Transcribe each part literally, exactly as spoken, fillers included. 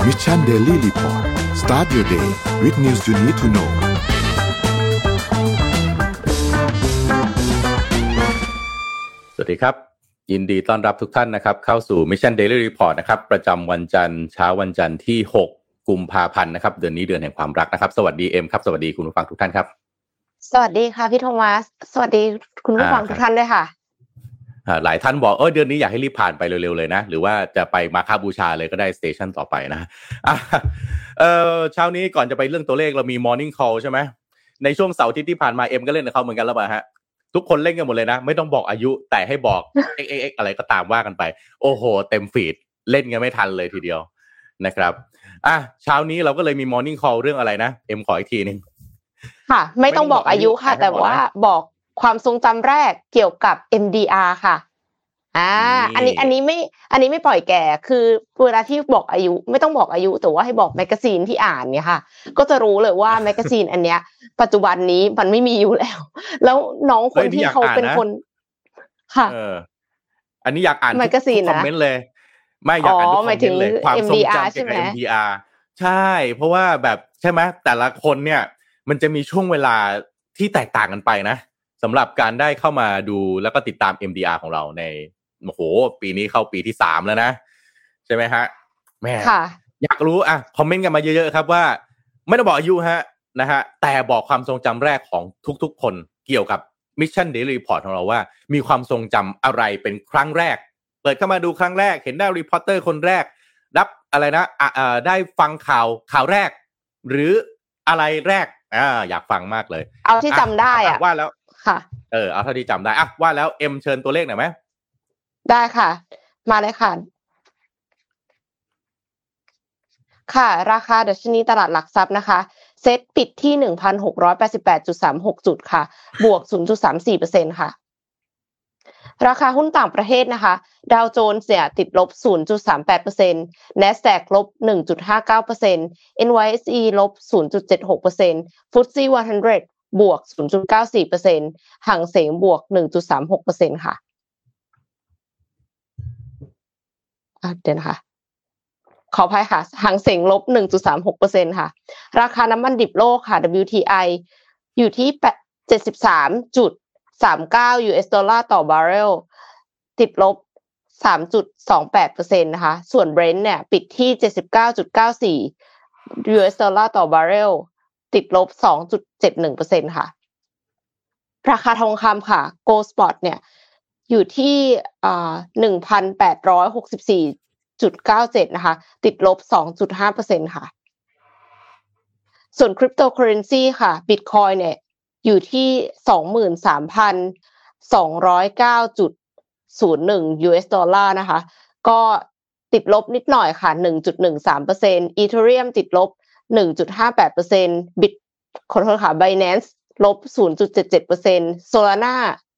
Mission Daily Report start your day with news you need to know สวัสดีครับยินดีต้อนรับทุกท่านนะครับเข้าสู่ Mission Daily Report นะครับประจำวันจันทร์เช้าวันจันทร์ที่หกกุมภาพันธ์นะครับเดือนนี้เดือนแห่งความรักนะครับสวัสดีเอ็มครับสวัสดีคุณผู้ฟังทุกท่านครับสวัสดีค่ะพี่โทมัสสวัสดีคุณผู้ฟังทุกท่านด้วยค่ะหลายท่านบอกเออเดือนนี้อยากให้รีบผ่านไปเร็วๆเลยนะหรือว่าจะไปมาฆบูชาเลยก็ได้สเตชันต่อไปนะเออเช้านี้ก่อนจะไปเรื่องตัวเลขเรามี Morning Call ใช่ไหมในช่วงเสาร์อาทิตย์ที่ผ่านมาเอ็มก็เล่นกับเขาเหมือนกันแล้วป่ะฮะทุกคนเล่นกันหมดเลยนะไม่ต้องบอกอายุแต่ให้บอก xxx อะไรก็ตามว่ากันไปโอ้โหเต็มฟีดเล่นกันไม่ทันเลยทีเดียวนะครับอ่ะเช้านี้เราก็เลยมี Morning Call เรื่องอะไรนะเอ็มขออีกทีนึงค่ะไม่ต้องบอกอายุค่ะแต่ว่าบอกความทรงจำแรกเกี่ยวกับ เอ็ม ดี อาร์ ค่ะอ่าอันนี้อันนี้ไม่อันนี้ไม่ปล่อยแก่คือเวลาที่บอกอายุไม่ต้องบอกอายุแต่ว่าให้บอกแมกกาซีนที่อ่านเนี่ยค่ะก็จะรู้เลยว่าแมกกาซีนอันเนี้ยปัจจุบันนี้มันไม่มีอยู่แล้วแล้วน้องคนที่เขาเป็นคนค่ะเอออันนี้อยากอ่านแมกกาซีนนะคอมเมนต์เลยไม่อยากอ่านทุกคอมเมนต์เลยความทรงจำเกี่ยวกับ เอ็ม ดี อาร์ ใช่เพราะว่าแบบใช่ไหมแต่ละคนเนี่ยมันจะมีช่วงเวลาที่แตกต่างกันไปนะสำหรับการได้เข้ามาดูแล้วก็ติดตาม เอ็ม ดี อาร์ ของเราในโอ้โหปีนี้เข้าปีที่สามแล้วนะใช่ไหมฮะแม่อยากรู้อ่ะคอมเมนต์กันมาเยอะๆครับว่าไม่ต้องบอกอายุฮะนะฮะแต่บอกความทรงจำแรกของทุกๆคนเกี่ยวกับ Mission Daily Report ของเราว่ามีความทรงจำอะไรเป็นครั้งแรกเปิดเข้ามาดูครั้งแรกเห็นได้รีพอร์เตอร์คนแรกรับอะไรนะอ่าได้ฟังข่าวข่าวแรกหรืออะไรแรกอ่าอยากฟังมากเลยเอาที่จำได้อ่ะว่าแล้วค่ะเออเอาเท่าที่จำได้อ่ะว่าแล้วเอ็มเชิญตัวเลขหน่อยไหมได้ค่ะมาเลยค่ะค่ะราคาดัชนีตลาดหลักทรัพย์นะคะเซ็ตปิดที่ หนึ่งพันหกร้อยแปดสิบแปดจุดสามหก จุดค่ะบวก ศูนย์จุดสามสี่เปอร์เซ็นต์ ค่ะราคาหุ้นต่างประเทศนะคะดาวโจนส์เนี่ยติดลบ ศูนย์จุดสามแปดเปอร์เซ็นต์ NASDAQ ลบ หนึ่งจุดห้าเก้าเปอร์เซ็นต์ เอ็น วาย เอส อี ลบ ศูนย์จุดเจ็ดหกเปอร์เซ็นต์ เอฟ ที เอส อี หนึ่งร้อยบวก ศูนย์จุดเก้าสี่เปอร์เซ็นต์ หังเส็งบวก หนึ่งจุดสามหกเปอร์เซ็นต์ ค่ะอ่ะเดี๋ยวนะคะขออภัยค่ะหังเส็งลบ หนึ่งจุดสามหกเปอร์เซ็นต์ ค่ะราคาน้ำมันดิบโลกค่ะ ดับเบิลยู ที ไอ อยู่ที่ เจ็ดสิบสามจุดสามเก้า ยู เอส ดอลลาร์ต่อบาร์เรลติดลบ สามจุดสองแปดเปอร์เซ็นต์ นะคะส่วน Brent เนี่ยปิดที่ เจ็ดสิบเก้าจุดเก้าสี่ ยู เอส ดอลลาร์ต่อบาร์เรลติดลบ สองจุดเจ็ดหนึ่งเปอร์เซ็นต์ ค่ะราคาทองคำค่ะ Gold Spot เนี่ยอยู่ที่อ่า หนึ่งพันแปดร้อยหกสิบสี่จุดเก้าเจ็ด นะคะติดลบ สองจุดห้าเปอร์เซ็นต์ ค่ะส่วน Cryptocurrency ค่ะ Bitcoin เนี่ยอยู่ที่ สองหมื่นสามพันสองร้อยเก้าจุดศูนย์หนึ่ง ยู เอส ดอลลาร์นะคะก็ติดลบนิดหน่อยค่ะ หนึ่งจุดหนึ่งสามเปอร์เซ็นต์ Ethereum ติดลบ หนึ่งจุดห้าแปดเปอร์เซ็นต์ Bit ขอโทษค่ะ Binance ลบ ศูนย์จุดเจ็ดเจ็ดเปอร์เซ็นต์ Solana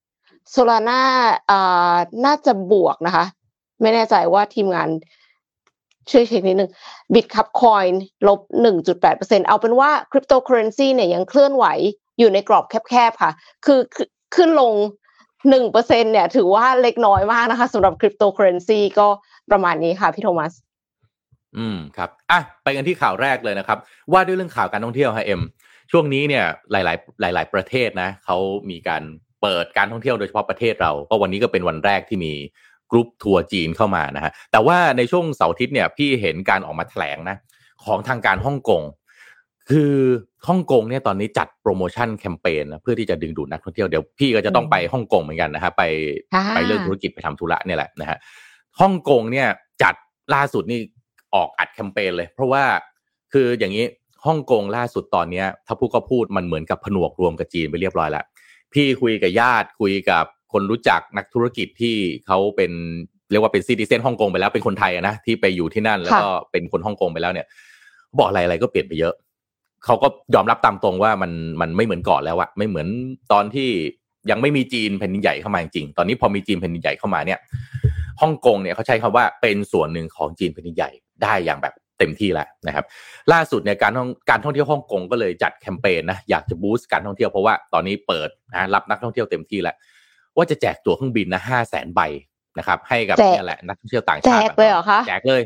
Solana อ่าน่าจะบวกนะคะไม่แน่ใจว่าทีมงานช่วยเช็คนิดนึง Bitcup Coin ลบ หนึ่งจุดแปดเปอร์เซ็นต์ เอาเป็นว่า Cryptocurrency เนี่ยยังเคลื่อนไหวอยู่ในกรอบแคบๆค่ะคือขึ้นลง หนึ่งเปอร์เซ็นต์ เนี่ยถือว่าเล็กน้อยมากนะคะสำหรับ Cryptocurrency ก็ประมาณนี้ค่ะพี่โทมัสอืมครับอ่ะไปกันที่ข่าวแรกเลยนะครับว่าด้วยเรื่องข่าวการท่องเที่ยวฮะเอ็มช่วงนี้เนี่ยหลายๆหลายๆประเทศนะเขามีการเปิดการท่องเที่ยวโดยเฉพาะประเทศเราก็วันนี้ก็เป็นวันแรกที่มีกรุ๊ปทัวร์จีนเข้ามานะฮะแต่ว่าในช่วงเสาร์อาทิตย์เนี่ยพี่เห็นการออกมาแถลงนะของทางการฮ่องกงคือฮ่องกงเนี่ยตอนนี้จัดโปรโมชั่นแคมเปญนะเพื่อที่จะดึงดูดนักท่องเที่ยวเดี๋ยวพี่ก็จะต้องไปฮ่องกงเหมือนกันนะฮะไปไปเรื่องธุรกิจไปทำธุระเนี่ยแหละนะฮะฮ่องกงเนี่ยจัดล่าสุดนี่ออกอัดแคมเปญเลยเพราะว่าคืออย่างนี้ฮ่องกงล่าสุดตอนนี้ถ้าพูดก็พูดมันเหมือนกับผนวกรวมกับจีนไปเรียบร้อยแล้วพี่คุยกับญาติคุยกับคนรู้จักนักธุรกิจที่เขาเป็นเรียกว่าเป็นซิติเซนฮ่องกงไปแล้วเป็นคนไทยนะที่ไปอยู่ที่นั่นแล้วก็เป็นคนฮ่องกงไปแล้วเนี่ยบอกอะไรอะไรก็เปลี่ยนไปเยอะเขาก็ยอมรับตามตรงว่ามันมันไม่เหมือนก่อนแล้วอะไม่เหมือนตอนที่ยังไม่มีจีนแผ่นดินใหญ่เข้ามาจริงตอนนี้พอมีจีนแผ่นดินใหญ่เข้ามาเนี่ยฮ่องกงเนี่ยเขาใช้คำว่าเป็นส่วนหนึ่งของจีนแผ่นดินใหญ่ได้อย่างแบบเต็มที่แล้วนะครับล่าสุดเนี่ยการท่องการท่องเที่ยวฮ่องกงก็เลยจัดแคมเปญนะอยากจะบูสต์การท่องเที่ยวเพราะว่าตอนนี้เปิดนะรับนักท่องเที่ยวเต็มที่แล้วว่าจะแจกตั๋วเครื่องบินนะ ห้าแสน ใบนะครับให้กับเนี่ยแหละนักท่องเที่ยวต่างชาติแจกเลยเหรอคะแจกเลย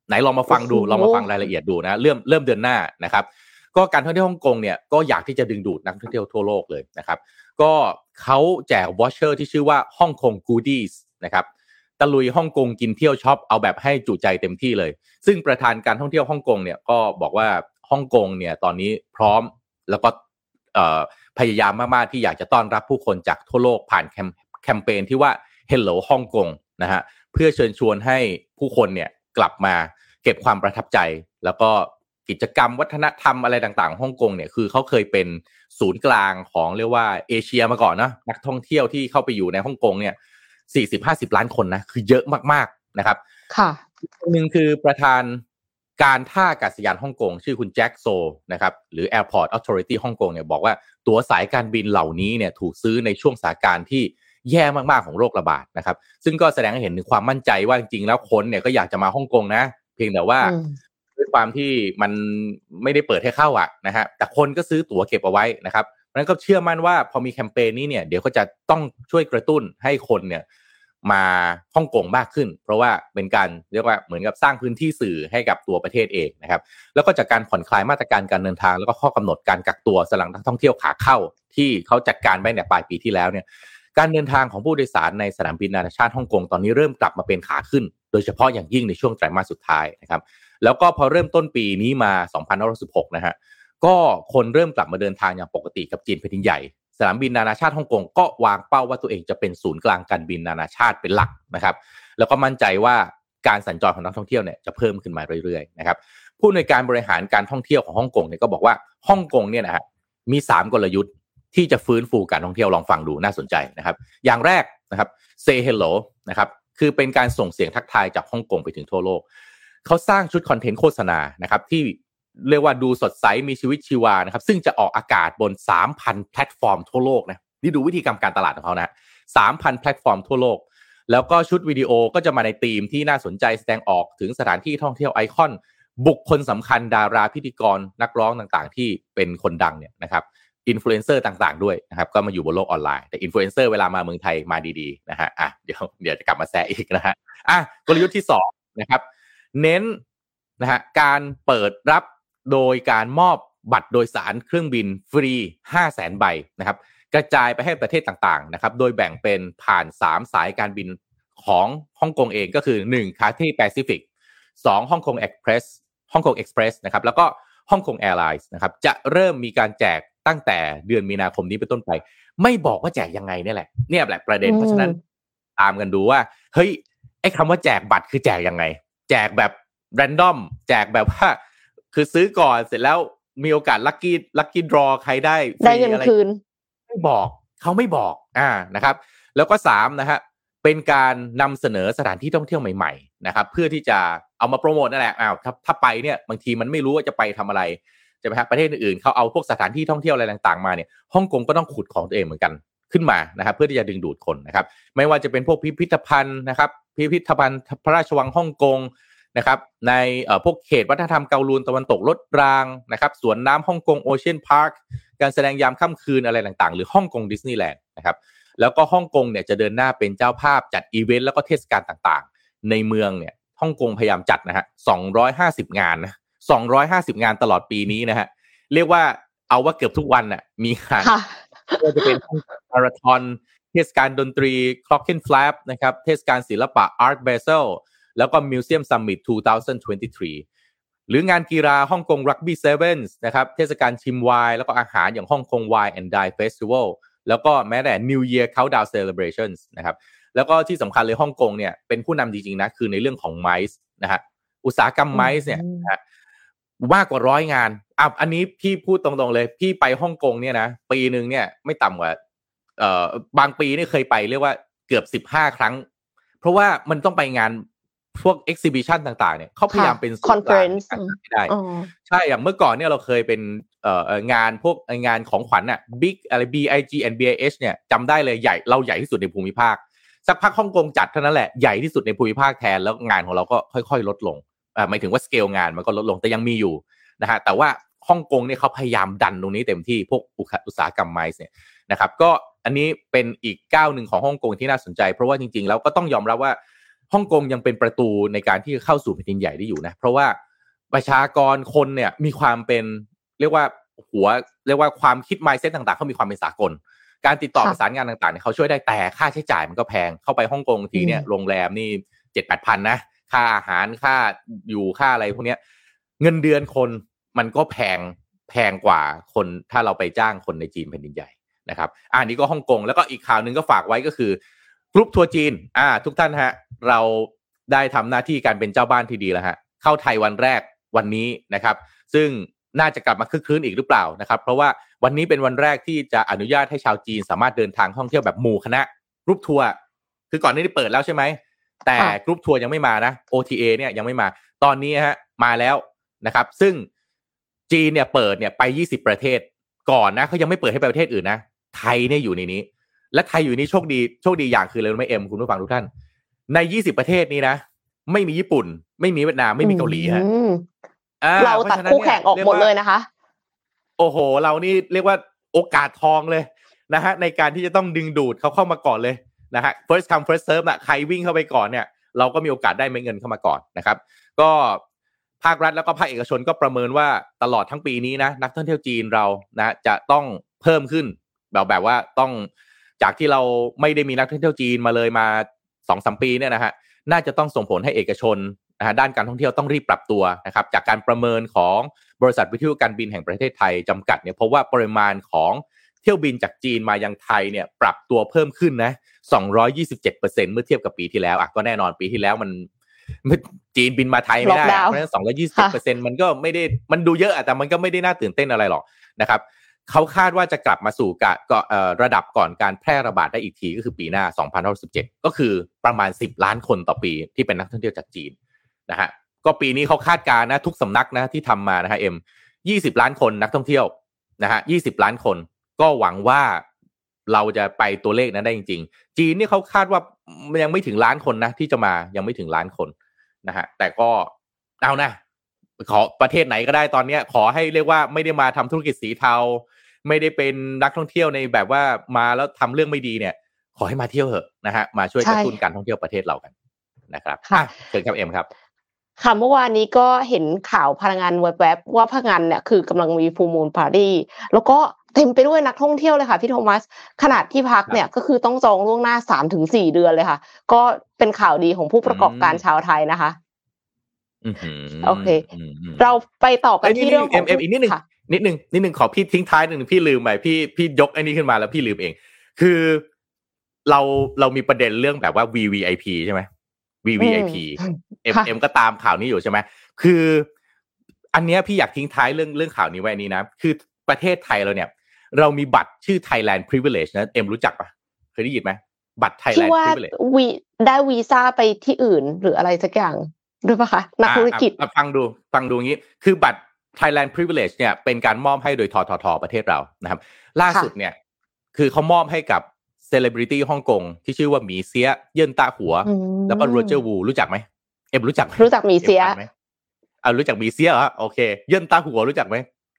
ไหนลองมาฟังดูลองมาฟังรายละเอียดดูนะเริ่มเริ่มเดือนหน้านะครับก็การท่องเที่ยวฮ่องกงเนี่ยก็อยากที่จะดึงดูดนักท่องเที่ยวทั่วโลกเลยนะครับก็เขาแจกวอชเชอร์ที่ชื่อว่าฮ่องกงกูดี้นะครับตะลุยฮ่องกงกินเที่ยวช็อปเอาแบบให้จุใจเต็มที่เลยซึ่งประธานการท่องเที่ยวฮ่องกงเนี่ยก็บอกว่าฮ่องกงเนี่ยตอนนี้พร้อมแล้วก็พยายามมากๆที่อยากจะต้อนรับผู้คนจากทั่วโลกผ่านแคมแคมเปญที่ว่า Hello ฮ่องกงนะฮะเพื่อเชิญชวนให้ผู้คนเนี่ยกลับมาเก็บความประทับใจแล้วก็กิจกรรมวัฒนธรรมอะไรต่างๆฮ่องกงเนี่ยคือเขาเคยเป็นศูนย์กลางของเรียกว่าเอเชียมาก่อนนะนักท่องเที่ยวที่เข้าไปอยู่ในฮ่องกงเนี่ย สี่สิบถึงห้าสิบ ล้านคนนะคือเยอะมากๆนะครับค่ะคนนึงคือประธานการท่าอากาศยานฮ่องกงชื่อคุณแจ็คโซนะครับหรือ Airport Authority ฮ่องกงเนี่ยบอกว่าตั๋วสายการบินเหล่านี้เนี่ยถูกซื้อในช่วงสถานการณ์ที่แย่มากๆของโรคระบาดนะครับซึ่งก็แสดงให้เห็นถึงความมั่นใจว่าจริงๆแล้วคนเนี่ยก็อยากจะมาฮ่องกงนะเพียงแต่ว่าด้วยความที่มันไม่ได้เปิดให้เข้าอ่ะนะฮะแต่คนก็ซื้อตั๋วเก็บเอาไว้นะครับเพราะฉะนั้นก็เชื่อมั่นว่าพอมีแคมเปญนี้เนี่ยเดี๋ยวก็จะต้องช่วยกระตุ้นให้คนเนี่ยมาฮ่องกงมากขึ้นเพราะว่าเป็นการเรียกว่าเหมือนกับสร้างพื้นที่สื่อให้กับตัวประเทศเองนะครับแล้วก็จากการผ่อนคลายมาตรการการเดินทางแล้วก็ข้อกำหนดการกักตัวสำหรับนักท่องเที่ยวขาเข้าที่เขาจัดการไปในปลายปีที่แล้วเนี่ยการเดินทางของผู้โดยสารในสนามบินนานาชาติฮ่องกงตอนนี้เริ่มกลับมาเป็นขาขึ้นโดยเฉพาะอย่างยิ่งในช่วงไตรมาสสุดท้ายนะครับแล้วก็พอเริ่มต้นปีนี้มาสองพันห้าร้อยสิบหกนะฮะก็คนเริ่มกลับมาเดินทางอย่างปกติกับจีนแผ่นดินใหญ่สนามบินนานาชาติฮ่องกงก็วางเป้าว่าตัวเองจะเป็นศูนย์กลางการบินนานาชาติเป็นหลักนะครับแล้วก็มั่นใจว่าการสัญจรของนักท่องเที่ยวเนี่ยจะเพิ่มขึ้นมาเรื่อยๆนะครับผู้อำนวยการบริหารการท่องเที่ยวของฮ่องกงเนี่ยก็บอกว่าฮ่องกงเนี่ยนะฮะมีสามกลยุทธ์ที่จะฟื้นฟูการท่องเที่ยวลองฟังดูน่าสนใจนะครับอย่างแรกนะครับ say hello นะครับคือเป็นการส่งเสียงทักทายจากฮ่องกงไปถึงทั่วโลกเขาสร้างชุดคอนเทนต์โฆษณานะครับที่เรียกว่าดูสดใสมีชีวิตชีวานะครับซึ่งจะออกอากาศบน สามพัน แพลตฟอร์มทั่วโลกนะนี่ดูวิธีการการตลาดของเขานะ สามพัน แพลตฟอร์มทั่วโลกแล้วก็ชุดวิดีโอก็จะมาในธีมที่น่าสนใจแสดงออกถึงสถานที่ท่องเที่ยวไอคอนบุคคลสำคัญดาราพิธีกรนักร้องต่างๆที่เป็นคนดังเนี่ยนะครับอินฟลูเอนเซอร์ต่างๆด้วยนะครับก็มาอยู่บนโลกออนไลน์แต่อินฟลูเอนเซอร์เวลามาเมืองไทยมาดีๆนะฮะอ่ะเดี๋ยวเดี๋ยวจะกลับมาแซะอีกนะฮะอ่ะกลยุทธ์ที่สองนะครับเน้นนะฮะการเปิดรับโดยการมอบบัตรโดยสารเครื่องบินฟรี ห้าแสน ใบนะครับกระจายไปให้ประเทศต่างๆนะครับโดยแบ่งเป็นผ่านสามสายการบินของฮ่องกงเองก็คือหนึ่ง Cathay Pacific สองฮ่องกง Express ฮ่องกง Express นะครับแล้วก็ฮ่องกง Airlines นะครับจะเริ่มมีการแจกตั้งแต่เดือนมีนาคมนี้เป็นต้นไปไม่บอกว่าแจกยังไงเนี่ยแหละเนี่ยแหละประเด็นเพราะฉะนั้นตามกันดูว่าเฮ้ยไอ้คำว่าแจกบัตรคือแจกยังไงแจกแบบ random แจกแบบว่าคือซื้อก่อนเสร็จแล้วมีโอกาสลัคกี้ลัคกี้ดรอใครได้ฟรีอะไรไม่บอกเขาไม่บอกอ่านะครับแล้วก็สามนะฮะเป็นการนำเสนอสถานที่ท่องเที่ยวใหม่ๆนะครับเพื่อที่จะเอามาโปรโมทนั่นแหละอ้าวถ้าถ้าไปเนี่ยบางทีมันไม่รู้ว่าจะไปทำอะไรใช่ไหมครับประเทศอื่นๆเขาเอาพวกสถานที่ท่องเที่ยวอะไรต่างๆมาเนี่ยฮ่องกงก็ต้องขุดของตัวเองเหมือนกันขึ้นมานะครับเพื่อที่จะดึงดูดคนนะครับไม่ว่าจะเป็นพวกพิพิธภัณฑ์นะครับพิพิธภัณฑ์พระราชวังฮ่องกงนะครับในเอ่อพวกเขตวัฒนธรรมเกาลูนตะวันตกลดรางนะครับสวนน้ำฮ่องกงโอเชียนพาร์คการแสดงยามค่ำคืนอะไรต่างๆหรือฮ่องกงดิสนีย์แลนด์นะครับแล้วก็ฮ่องกงเนี่ยจะเดินหน้าเป็นเจ้าภาพจัดอีเวนต์แล้วก็เทศกาลต่างๆในเมืองเนี่ยฮ่องกงพยายามจัดนะฮะสองร้อยห้าสิบงานนะสองร้อยห้าสิบงานตลอดปีนี้นะฮะเรียกว่าเอาว่าเกือบทุกวันน่ะมีงานก็จะเป็นมาราธอนเทศกาลดนตรี Clockenflap นะครับเทศกาลศิลปะ Art Basel แล้วก็ Museum Summit สองพันยี่สิบสามหรืองานกีฬาฮ่องกง Rugby Sevens นะครับเทศกาลชิมไวน์แล้วก็อาหารอย่างฮ่องกง Wine and Dine Festival แล้วก็แม้แต่ New Year Countdown Celebrations นะครับแล้วก็ที่สำคัญเลยฮ่องกงเนี่ยเป็นผู้นำจริงๆนะคือในเรื่องของไมซ์นะฮะอุตสาหกรรมไมซ์เนี่ยนะฮะมากกว่าร้อยงานอ่ะอันนี้พี่พูดตรงๆเลยพี่ไปฮ่องกงเนี่ยนะปีนึงเนี่ยไม่ต่ำกว่าเอ่อบางปีนี่เคยไปเรียกว่าเกือบสิบห้าครั้งเพราะว่ามันต้องไปงานพวก exhibition ต่างๆเนี่ยเขาพยายามเป็น conference ได้ใช่อย่างเมื่อก่อนเนี่ยเราเคยเป็นเอ่องานพวกงานของขวัญน่ะ Big อะไร บี ไอ จี and บี ไอ เอช เนี่ยจำได้เลยใหญ่เราใหญ่ที่สุดในภูมิภาคสักพักฮ่องกงจัดเท่านั้นแหละใหญ่ที่สุดในภูมิภาคแทนแล้วงานของเราก็ค่อยๆลดลงอ่าหมายถึงว่าสเกลงานมันก็ลดลงแต่ยังมีอยู่นะฮะแต่ว่าฮ่องกงเนี่ยเขาพยายามดันตรงนี้เต็มที่พวกอุตสาหกรรมไมซ์เนี่ยนะครับก็อันนี้เป็นอีกก้าวหนึ่งของฮ่องกงที่น่าสนใจเพราะว่าจริงๆแล้วก็ต้องยอมรับว่าฮ่องกงยังเป็นประตูในการที่จะเข้าสู่แผ่นดินใหญ่ได้อยู่นะเพราะว่าประชากรคนเนี่ยมีความเป็นเรียกว่าหัวเรียกว่าความคิด mindset ต่างๆเขามีความเป็นสากลการติดต่อประสานงานต่างๆเนี่ยเขาช่วยได้แต่ค่าใช้จ่ายมันก็แพงเข้าไปฮ่องกงทีเนี่ยโรงแรมนี่ เจ็ดแปดพัน นะค่าอาหารค่าอยู่ค่าอะไรพวกเนี้ยเงินเดือนคนมันก็แพงแพงกว่าคนถ้าเราไปจ้างคนในจีนแผ่นดินใหญ่นะครับอันนี้ก็ฮ่องกงแล้วก็อีกข่าวนึงก็ฝากไว้ก็คือกรุ๊ปทัวร์จีนอ่าทุกท่านฮะเราได้ทำหน้าที่การเป็นเจ้าบ้านที่ดีแล้วฮะเข้าไทยวันแรกวันนี้นะครับซึ่งน่าจะกลับมาคึกคืนอีกหรือเปล่านะครับเพราะว่าวันนี้เป็นวันแรกที่จะอนุญาตให้ชาวจีนสามารถเดินทางท่องเที่ยวแบบหมู่คณะกรุ๊ปทัวร์คือก่อนหน้านี้เปิดแล้วใช่ไหมแต่กรุ๊ปทัวร์ยังไม่มานะ โอ ที เอ เนี่ยยังไม่มาตอนนี้ฮะมาแล้วนะครับซึ่งจีนเนี่ยเปิดเนี่ยไปยี่สิบประเทศก่อนนะเขายังไม่เปิดให้ไปประเทศอื่นนะไทยเนี่ยอยู่ในนี้และไทยอยู่นี่โชคดีโชคดีอย่างคือเลยไม่เอ็มคุณผู้ฟังทุกท่านในยี่สิบประเทศนี้นะไม่มีญี่ปุ่นไม่มีเวียดนามไม่มีเกาหลีฮะเราตัดคู่แข่งออกหมดเลยนะคะโอ้โหเรานี่เรียกว่าโอกาสทองเลยนะฮะในการที่จะต้องดึงดูดเขาเข้ามาก่อนเลยนะฮะ first come first serve น่ะใครวิ่งเข้าไปก่อนเนี่ยเราก็มีโอกาสได้เงินเข้ามาก่อนนะครับก็ภาครัฐแล้วก็ภาคเอกชนก็ประเมินว่าตลอดทั้งปีนี้นะนักท่องเที่ยวจีนเรานะจะต้องเพิ่มขึ้นแบบแบบว่าต้องจากที่เราไม่ได้มีนักท่องเที่ยวจีนมาเลยมา สองถึงสาม ปีเนี่ยนะฮะน่าจะต้องส่งผลให้เอกชนนะฮะด้านการท่องเที่ยวต้องรีบปรับตัวนะครับจากการประเมินของบริษัทวิทยุการบินแห่งประเทศไทยจำกัดเนี่ยพบว่าปริมาณของเที่ยวบินจากจีนมายังไทยเนี่ยปรับตัวเพิ่มขึ้นนะสองร้อยยี่สิบเจ็ดเปอร์เซ็นต์ เมื่อเทียบกับปีที่แล้วอ่ะก็แน่นอนปีที่แล้วมันจีนบินมาไทยไม่ได้เพราะฉะนั้นสองร้อยยี่สิบเจ็ดเปอร์เซ็นต์ มันก็ไม่ได้มันดูเยอะแต่มันก็ไม่ได้น่าตื่นเต้นอะไรหรอกนะครับเขาคาดว่าจะกลับมาสู่ก็ระดับก่อนการแพร่ระบาดได้อีกทีก็คือปีหน้าสองพันห้าร้อยสิบเจ็ดก็คือประมาณสิบล้านคนต่อปีที่เป็นนักท่องเที่ยวจากจีนนะฮะก็ปีนี้เขาคาดการณ์นะทุกสำนักนะที่ทำมานะฮะเอ็มยี่สิบล้านคนนักท่องเที่ยวนะฮะยี่สิบล้านคนก็หวังว่าเราจะไปตัวเลขนั้นได้จริงๆจีนนี่เขาคาดว่ายังไม่ถึงล้านคนนะที่จะมายังไม่ถึงล้านคนนะฮะแต่ก็เอานะขอประเทศไหนก็ได้ตอนนี้ขอให้เรียกว่าไม่ได้มาทำธุรกิจสีเทาไม่ได้เป็นนักท่องเที่ยวในแบบว่ามาแล้วทำเรื่องไม่ดีเนี่ยขอให้มาเที่ยวเถอะนะฮะมาช่วยกระตุ้นการท่องเที่ยวประเทศเรากันนะครับค่ะเชิญครับเอ็มครับค่ะเมื่อวานนี้ก็เห็นข่าวพลังงานแวบๆว่าพลังงานเนี่ยคือกำลังมีฟูลมูนปาร์ตี้แล้วก็เต็มไปด้วยนักท่องเที่ยวเลยค่ะพี่โทมัสขนาดที่พักเนี่ยก็คือต้องจองล่วงหน้า สามถึงสี่ เดือนเลยค่ะก็เป็นข่าวดีของผู้ประกอบการชาวไทยนะคะโอเคเราไปต่อกันที่เรื่องของอีกนิดนึงนิดนึงนิดนึงขอพี่ทิ้งท้ายนึงพี่ลืมไปพี่พี่ยกไอ้นี้ขึ้นมาแล้วพี่ลืมเองคือเราเรามีประเด็นเรื่องแบบว่า วี วี ไอ พี ใช่ไหม วี วี ไอ พี เอ็ม เอ็ม ก็ตามข่าวนี้อยู่ใช่ไหมคืออันเนี้ยพี่อยากทิ้งท้ายเรื่องเรื่องข่าวนี้ไว้นี้นะคือประเทศไทยเราเนี่ยเรามีบัตรชื่อ Thailand Privilege นะเอ็มรู้จักปะเคยได้ยินไหมบัตร Thailand Privilege ที่ว่าวีได้วีซ่าไปที่อื่นหรืออะไรสักอย่างด้วยปะคะนักธุรกิจฟังดูฟังดูงี้คือบัตร Thailand Privilege เนี่ยเป็นการมอบให้โดยททท.ประเทศเรานะครับล่าสุดเนี่ยคือเขามอบให้กับเซเลบริตี้ฮ่องกงที่ชื่อว่าหมีเซียเยินต้าหัวแล้วก็โรเจอร์วูรู้จักไหมเอ็มรู้จักรู้จักหมีเซียไหมอ่ารู้จักหมีเซียเหรอโอเคเยินต้าหัวรู้จักไหม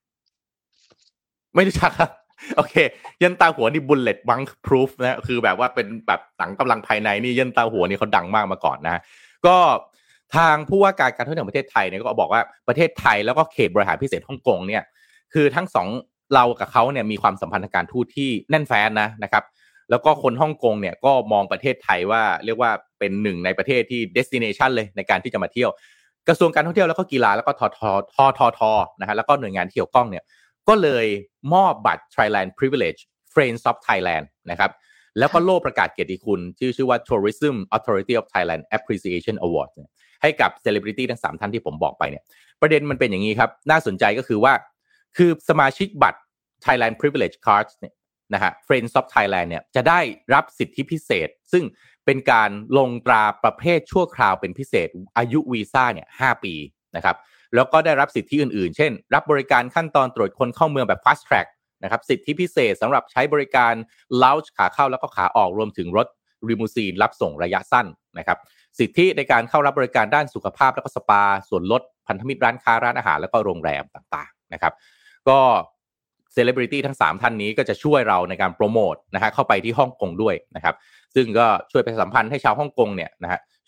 ไม่รู้จักครับโอเคเยินต้าหัวนี่บุลเลตบังค์พรูฟนะคือแบบว่าเป็นแบบหนังกำลังภายในนี่เยินต้าหัวนี่เขาดังมากมาก่อนนะก็ทางผู้ว่าการการท่องเที่ยวประเทศไทยเนี่ยก็บอกว่าประเทศไทยแล้วก็เขตบริหารพิเศษฮ่องกงเนี่ยคือทั้งสองเรากับเขาเนี่ยมีความสัมพันธ์ทางการทูตที่แน่นแฟ้นนะนะครับแล้วก็คนฮ่องกงเนี่ยก็มองประเทศไทยว่าเรียกว่าเป็นหนึ่งในประเทศที่ destination เลยในการที่จะมาเที่ยวกระทรวงการท่องเที่ยวแล้วก็กีฬาแล้วก็ทททททนะฮะแล้วก็หน่วยงานที่เกี่ยวข้องเนี่ยก็เลยมอบบัตร Thailand Privilege Friends of Thailand นะครับแล้วก็โล่ประกาศเกียรติคุณชื่อชื่อว่า Tourism Authority of Thailand Appreciation Award ให้กับเซเลบริตี้ทั้งสามท่านที่ผมบอกไปเนี่ยประเด็นมันเป็นอย่างนี้ครับน่าสนใจก็คือว่าคือสมาชิกบัตร Thailand Privilege Cards เนี่ยนะฮะ Friends of Thailand เนี่ยจะได้รับสิทธิพิเศษซึ่งเป็นการลงตราประเภทชั่วคราวเป็นพิเศษอายุวีซ่าเนี่ยห้าปีนะครับแล้วก็ได้รับสิทธิอื่นๆเช่นรับบริการขั้นตอนตรวจคนเข้าเมืองแบบ fast track นะครับสิทธิพิเศษสำหรับใช้บริการ lounge ขาเข้าแล้วก็ขาออกรวมถึงรถลิมูซีนรับส่งระยะสั้นนะครับสิทธิในการเข้ารับบริการด้านสุขภาพแล้วก็สปาส่วนลดพันธมิตรร้านค้าร้านอาหารแล้วก็โรงแรมต่างๆนะครับก็เซเลบริตี้ทั้งสามท่านนี้ก็จะช่วยเราในการโปรโมทนะฮะเข้าไปที่ฮ่องกงด้วยนะครับซึ่งก็ช่วยประชาสัมพันธ์ให้ชาวฮ่องกงเนี่ยนะฮะ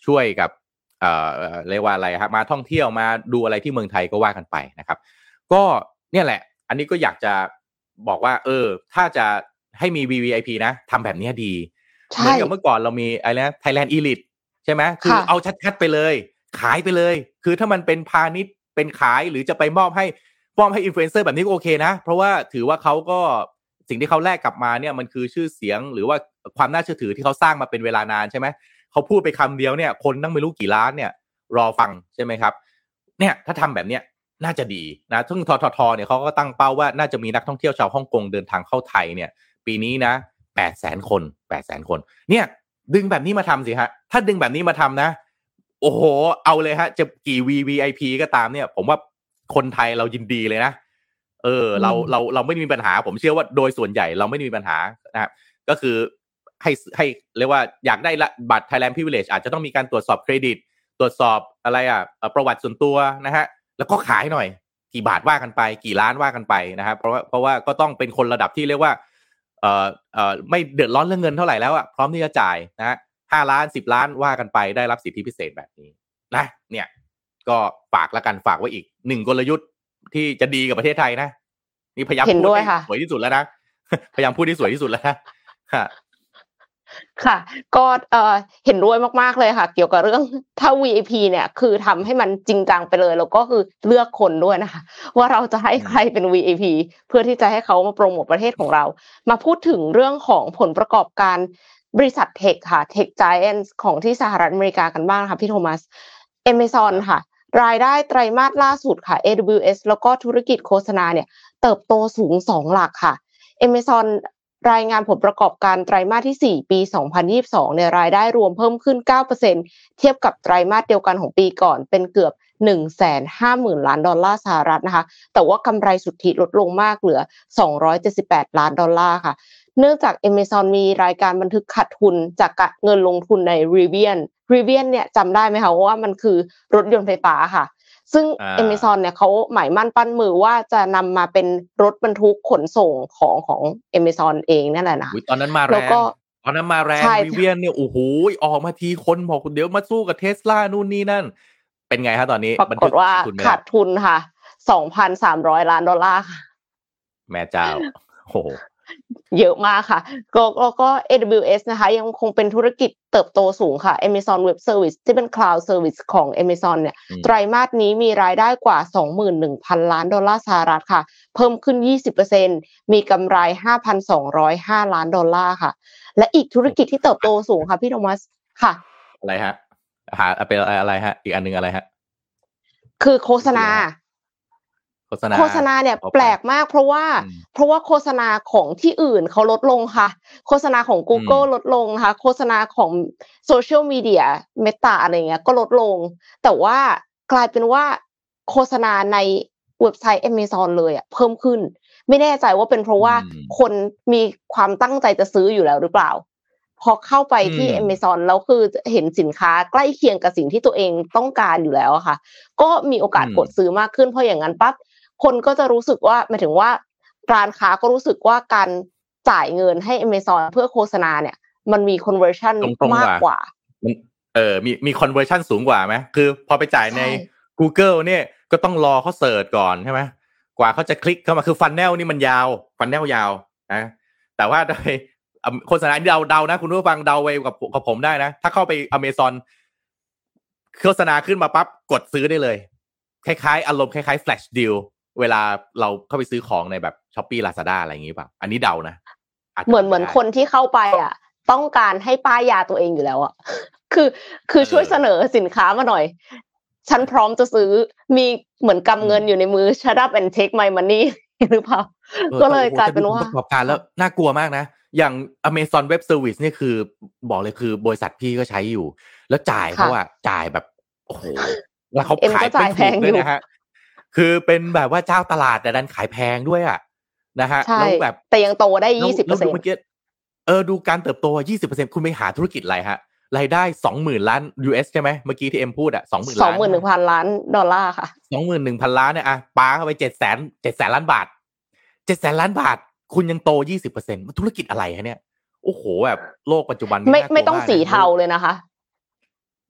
ช่วยกับเอ่อเรียกว่าอะไรครับมาท่องเที่ยวมาดูอะไรที่เมืองไทยก็ว่ากันไปนะครับก็เนี่ยแหละอันนี้ก็อยากจะบอกว่าเออถ้าจะให้มี วี วี ไอ พี นะทำแบบนี้ดีเหมือนกับเมื่อก่อนเรามีอะไรนะ Thailand Elite ใช่ไหมคือเอาชัดๆไปเลยขายไปเลยคือถ้ามันเป็นพาณิชย์เป็นขายหรือจะไปมอบให้มอบให้อินฟลูเอนเซอร์แบบนี้ก็โอเคนะเพราะว่าถือว่าเขาก็สิ่งที่เขาแลกกลับมาเนี่ยมันคือชื่อเสียงหรือว่าความน่าเชื่อถือที่เขาสร้างมาเป็นเวลานานใช่ไหมเขาพูดไปคำเดียวเนี่ยคนนั่งไม่รู้กี่ล้านเนี่ยรอฟังใช่ไหมครับเนี่ยถ้าทำแบบเนี้ยน่าจะดีนะซึ่งทททเนี่ยเขาก็ตั้งเป้าว่าน่าจะมีนักท่องเที่ยวชาวฮ่องกงเดินทางเข้าไทยเนี่ยปีนี้นะแปดแสนคนแปดแสนคนเนี่ยดึงแบบนี้มาทำสิฮะถ้าดึงแบบนี้มาทำนะโอ้โหเอาเลยฮะจะกี่ วี วี ไอ พี ก็ตามเนี่ยผมว่าคนไทยเรายินดีเลยนะเออเราเราเราไม่มีปัญหาผมเชื่อว่าโดยส่วนใหญ่เราไม่มีปัญหานะครับก็คือให้ให้เรียกว่าอยากได้บัตร Thailand Privilege อาจจะต้องมีการตรวจสอบเครดิตตรวจสอบอะไรอ่ะประวัติส่วนตัวนะฮะแล้วก็ขายหน่อยกี่บาทว่ากันไปกี่ล้านว่ากันไปนะครับเพราะว่าเพราะว่าก็ต้องเป็นคนระดับที่เรียกว่าเอ่อเอ่อไม่เดือดร้อนเรื่องเงินเท่าไหร่แล้วอ่ะพร้อมที่จะจ่ายนะฮะห้าล้านสิบล้านว่ากันไปได้รับสิทธิพิเศษแบบนี้นะเนี่ยก็ฝากละกันฝากไว้อีกหนึ่งกลยุทธ์ที่จะดีกับประเทศไทยนะนี่พยายามพูดให้สวยที่สุดแล้วนะพยายามพูดที่สวยที่สุดแล้วนะค่ะค่ะก็เอ่อเห็นด้วยมากๆเลยค่ะเกี่ยวกับเรื่องถ้า วี ไอ พี เนี่ยคือทำให้มันจริงจังไปเลยแล้วก็คือเลือกคนด้วยนะคะว่าเราจะให้ใครเป็น วี ไอ พี เพื่อที่จะให้เขามาโปรโมทประเทศของเรามาพูดถึงเรื่องของผลประกอบการบริษัทเทคค่ะ Tech Giants ของที่สหรัฐอเมริกากันบ้างค่ะพี่โทมัส Amazon ค่ะรายได้ไตรมาสล่าสุดค่ะ เอ ดับเบิลยู เอส แล้วก็ธุรกิจโฆษณาเนี่ยเติบโตสูงสองหลักค่ะ Amazonรายงานผลประกอบการไตรมาสที่สี่ปีสองพันยี่สิบสองเนี่ยรายได้รวมเพิ่มขึ้น เก้าเปอร์เซ็นต์ เทียบกับไตรมาสเดียวกันของปีก่อนเป็นเกือบ หนึ่งแสนห้าหมื่น ล้านดอลลาร์สหรัฐนะคะแต่ว่ากำไรสุทธิลดลงมากเหลือสองร้อยเจ็ดสิบแปดล้านดอลลาร์ค่ะเนื่องจาก Amazon มีรายการบันทึกขาดทุนจากเงินลงทุนใน Rivian Rivian เนี่ยจำได้ไหมคะว่ามันคือรถยนต์ไฟฟ้าค่ะซึ่ง Amazon เนี่ยเขาหมายมั่นปั้นมือว่าจะนำมาเป็นรถบรรทุกขนส่งของของ Amazon เองนั่นแหละนะตอนนั้นมาแรงตอนนั้นมาแรง Rivian เนี่ยโอ้โหออกมาทีคนบอกเดี๋ยวมาสู้กับ Tesla นู่นนี่นั่นเป็นไงฮะตอนนี้ปรากฏว่าขาดทุนค่ะ สองพันสามร้อย ล้านดอลลาร์ค่ะแม่เจ้าโอ้โหเยอะมากค่ะก็ก็ เอ ดับเบิลยู เอส นะคะยังคงเป็นธุรกิจเติบโตสูงค่ะ Amazon Web Service ที่เป็น Cloud Service ของ Amazon เนี่ยไตรมาสนี้มีรายได้กว่า สองหมื่นหนึ่งพัน ล้านดอลลาร์สหรัฐค่ะเพิ่มขึ้น ยี่สิบเปอร์เซ็นต์ มีกำไร ห้าพันสองร้อยห้า ล้านดอลลาร์ค่ะและอีกธุรกิจที่เติบโตสูงค่ะพี่โทมัสค่ะอะไรฮะหาเป็นอะไรฮะอีกอันนึงอะไรฮะคือโฆษณาโฆษณาโฆษณาเนี่ยแปลกมากเพราะว่าเพราะว่าโฆษณาของที่อื่นเขาลดลงค่ะโฆษณาของ Google ลดลงนะคะโฆษณาของโซเชียลมีเดีย Meta อะไรเงี้ยก็ลดลงแต่ว่ากลายเป็นว่าโฆษณาในเว็บไซต์ Amazon เลยอ่ะเพิ่มขึ้นไม่แน่ใจว่าเป็นเพราะว่าคนมีความตั้งใจจะซื้ออยู่แล้วหรือเปล่าพอเข้าไปที่ Amazon แล้วคือเห็นสินค้าใกล้เคียงกับสิ่งที่ตัวเองต้องการอยู่แล้วอะค่ะก็มีโอกาสกดซื้อมากขึ้นเพราะอย่างนั้นปั๊บคนก็จะรู้สึกว่าหมายถึงว่าร้านค้าก็รู้สึกว่าการจ่ายเงินให้ Amazon เพื่อโฆษณาเนี่ยมันมี conversion มากกว่าเออมีมี conversion สูงกว่าไหมคือพอไปจ่ายใน Google เนี่ยก็ต้องรอเขาเสิร์ชก่อนใช่ไหมกว่าเขาจะคลิกเข้ามาคือฟันแนลนี่มันยาวฟันแนลยาวนะแต่ว่าโดยโฆษณาเดาเดานะคุณผู้ฟังเดาไว้กับกับผมได้นะถ้าเข้าไป Amazon โฆษณาขึ้นมาปั๊บกดซื้อได้เลยคล้ายๆอารมณ์คล้ายๆ flash deal เวลาเราเข้าไปซื้อของในแบบ Shopee Lazada อะไรอย่างงี้ป่ะอันนี้เดานะเหมือนเหมือนคนที่เข้าไปอ่ะต้องการให้ป้ายยาตัวเองอยู่แล้วอ่ะคือคือช่วยเสนอสินค้ามาหน่อยฉันพร้อมจะซื้อมีเหมือนกำเงินอยู่ในมือ shut up and take my money หรือเปล่าก็เลยกลายเป็นว่าประกอบการแล้วน่ากลัวมากนะอย่าง Amazon Web Service นี่คือบอกเลยคือบริษัทพี่ก็ใช้อยู่แล้วจ่ายเขาอ่ะจ่ายแบบโอ้โหแล้วเขาขายแพงด้วยนะฮะคือเป็นแบบว่าเจ้าตลาดแต่ดันขายแพงด้วยอ่ะนะฮะแล้วแบบแต่ยังโตได้ ยี่สิบเปอร์เซ็นต์เมื่อกี้เออดูการเติบโต ยี่สิบเปอร์เซ็นต์ คุณไปหาธุรกิจอะไรฮะรายได้ สองหมื่น ล้าน ยู เอส ใช่มั้ยเมื่อกี้ที่เอ็มพูดอ่ะ สองหมื่น ล้านสองหมื่นหนึ่งพัน ล้านดอลลาร์ค่ะสองหมื่นหนึ่งพัน ล้านเนี่ยอ่ะปาเข้าไป เจ็ดแสน เจ็ดแสน ล้านบาท เจ็ดแสน ล้านบาทคุณยังโต ยี่สิบเปอร์เซ็นต์ มันธุรกิจอะไรฮะเนี่ยโอ้โหแบบโลกปัจจุบันไม่ไม่ต้องสีเทาเลยนะคะ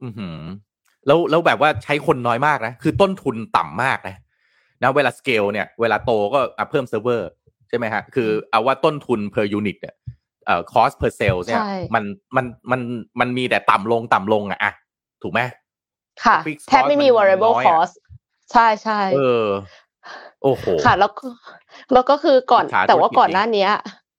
อือหือแล้วแล้วแบบว่าใช้คนน้อยมากนะคือต้นทุนต่ำมากนะนะเวลาสเกลเนี่ยเวลาโตก็อ่ะเพิ่มเซิร์ฟเวอร์ใช่ไหมฮะคือเอาว่าต้นทุน per unit เนี่ยเอ่อ cost per sale เนี่ยมันมันมันมันมีแต่ต่ำลงต่ำลงอ่ะอะถูกไหมค่ะแทบไม่มี variable cost ใช่ใช่เออโอ้โหค่ะแล้วก็แล้วก็คือก่อนแต่ว่าก่อนหน้านี้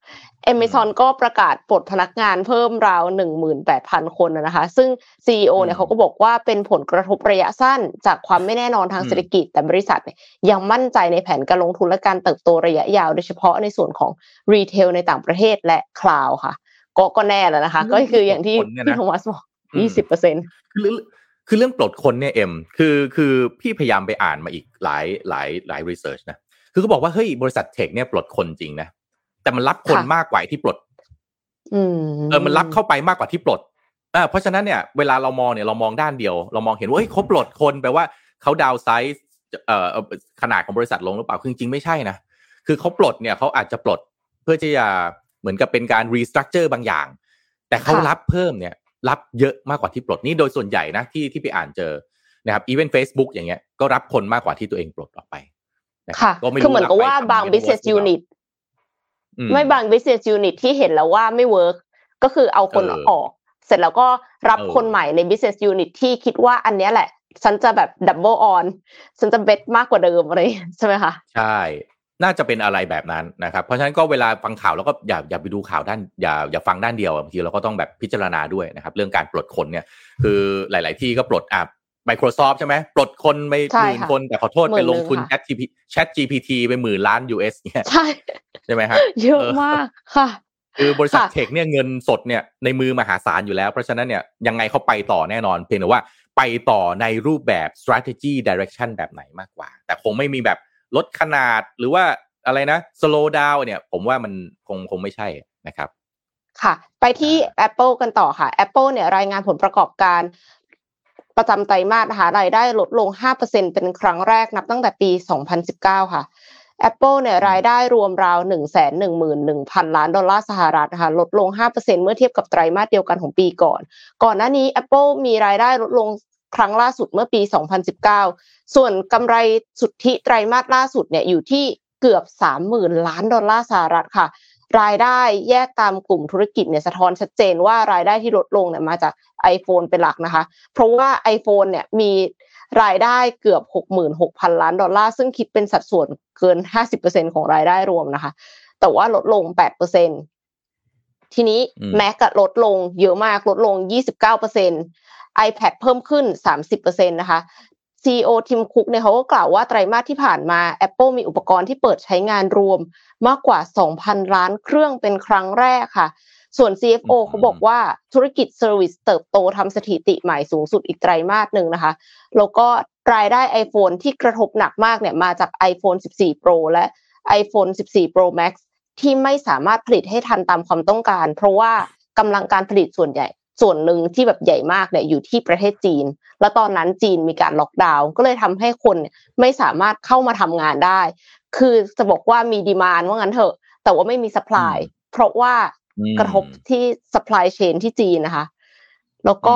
Amazon ก็ประกาศปลดพนักงานเพิ่มราว หนึ่งหมื่นแปดพัน คนนะคะซึ่ง ซี อี โอ เนี่ยเขาก็บอกว่าเป็นผลกระทบระยะสั้นจากความไม่แน่นอนทางเศรษฐกิจแต่บริษัทเนี่ยยังมั่นใจในแผนการลงทุนและการเติบโตระยะยาวโดยเฉพาะในส่วนของรีเทลในต่างประเทศและคลาวด์ค่ะก็ก็แน่แล้วนะคะก็คืออย่างที่พี่โทมัสบอก ยี่สิบเปอร์เซ็นต์คือคือเรื่องปลดคนเนี่ยเอ็มคือคือพี่พยายามไปอ่านมาอีกหลายหลายหลายรีเสิร์ชนะคือเขาบอกว่าเฮ้ยบริษัทเทคเนี่ยปลดคนจริงนะแต่มันรับคนมากกว่าที่ปลดเออมันรับเข้าไปมากกว่าที่ปลดอ่าเพราะฉะนั้นเนี่ยเวลาเรามองเนี่ยเรามองด้านเดียวเรามองเห็นว่าเฮ้ยเขาปลดคนแปลว่าเขาดาวไซส์เอ่อขนาดของบริษัทลงหรือเปล่าคือจริงๆไม่ใช่นะคือเขาปลดเนี่ยเขาอาจจะปลดเพื่อที่จะเหมือนกับเป็นการรีสตรัคเจอร์บางอย่างแต่เขารับเพิ่มเนี่ยรับเยอะมากกว่าที่ปลดนี่โดยส่วนใหญ่นะที่ที่ไปอ่านเจอนะครับอีเวนต์ Facebook อย่างเงี้ยก็รับคนมากกว่าที่ตัวเองปลดออกไปค่ะคือเหมือนกับว่าบาง business unit ไม่บาง business unit ที่เห็นแล้วว่าไม่เวิร์กก็คือเอาคนออกเสร็จแล้วก็รับคนใหม่ใน business unit ที่คิดว่าอันเนี้ยแหละฉันจะแบบ double on ฉันจะเบทมากกว่าเดิมอะไรใช่ไหมคะใช่น่าจะเป็นอะไรแบบนั้นนะครับเพราะฉะนั้นก็เวลาฟังข่าวแล้วก็อย่าอย่าไปดูข่าวด้านอย่าอย่าฟังด้านเดียวบางทีเราก็ต้องแบบพิจารณาด้วยนะครับเรื่องการปลดคนเนี่ยคือหลายๆที่ก็ปลดอ่ะ Microsoft ใช่ไหมปลดคนไปหมื่นคนแต่ขอโทษไปลงทุน Chat จี พี ที ไปหมื่นล้าน ยู เอส เนี่ยใช่ใช่ไหมฮะเยอะมากค่ะคือบริษัทเทคเนี่ยเงินสดเนี่ยในมือมหาศาลอยู่แล้วเพราะฉะนั้นเนี่ยยังไงเขาไปต่อแน่นอนเพียงแต่ว่าไปต่อในรูปแบบ strategy direction แบบไหนมากกว่าแต่คงไม่มีแบบลดขนาดหรือว่าอะไรนะ slow down เนี่ยผมว่ามันคงคงไม่ใช่นะครับค่ะไปที่ Apple กันต่อค่ะ Apple เนี่ยรายงานผลประกอบการประจำไตรมาสนะคะรายได้ลดลง ห้าเปอร์เซ็นต์ เป็นครั้งแรกนับตั้งแต่ปีสองพันสิบเก้าค่ะ Apple เนี่ยรายได้รวมราว หนึ่งแสนหนึ่งหมื่นหนึ่งพัน ล้านดอลลาร์สหรัฐนะคะลดลง ห้าเปอร์เซ็นต์ เมื่อเทียบกับไตรมาสเดียวกันของปีก่อนก่อนหน้านี้ Apple มีรายได้ลดลงครั้งล่าสุดเมื่อปีสองพันสิบเก้าส่วนกำไรสุทธิไตรมาสล่าสุดเนี่ยอยู่ที่เกือบ สามหมื่น ล้านดอลลาร์สหรัฐค่ะรายได้แยกตามกลุ่มธุรกิจเนี่ยสะท้อนชัดเจนว่ารายได้ที่ลดลงเนี่ยมาจาก iPhone เป็นหลักนะคะเพราะว่า iPhone เนี่ยมีรายได้เกือบ หกหมื่นหกพัน ล้านดอลลาร์ซึ่งคิดเป็นสัดส่วนเกิน ห้าสิบเปอร์เซ็นต์ ของรายได้รวมนะคะแต่ว่าลดลง แปดเปอร์เซ็นต์ ทีนี้ Mac ก็ลดลงเยอะมากลดลง ยี่สิบเก้าเปอร์เซ็นต์ iPad เพิ่มขึ้น สามสิบเปอร์เซ็นต์ นะคะ ซี อี โอ Tim Cook เนี่ยเขาก็กล่าวว่าไตรมาสที่ผ่านมา Apple มีอุปกรณ์ที่เปิดใช้งานรวมมากกว่า สองพัน ล้านเครื่องเป็นครั้งแรกค่ะส่วน ซี เอฟ โอ เขาบอกว่าธุรกิจเซอร์วิสเติบโตทำสถิติใหม่สูงสุดอีกไตรมาสนึงนะคะแล้วก็รายได้ iPhone ที่กระทบหนักมากเนี่ยมาจาก iPhone สิบสี่ Pro และ iPhone สิบสี่ Pro Max ที่ไม่สามารถผลิตให้ทันตามความต้องการเพราะว่ากำลังการผลิตส่วนใหญ่ส่วนหนึ่งที่แบบใหญ่มากเนี่ยอยู่ที่ประเทศจีนแล้วตอนนั้นจีนมีการล็อกดาวน์ก็เลยทำให้คนไม่สามารถเข้ามาทำงานได้คือจะบอกว่ามีดีมานด์ว่างั้นเถอะแต่ว่าไม่มีซัพพลายเพราะว่ากระทบที่ supply chain ที่จีนนะคะแล้วก็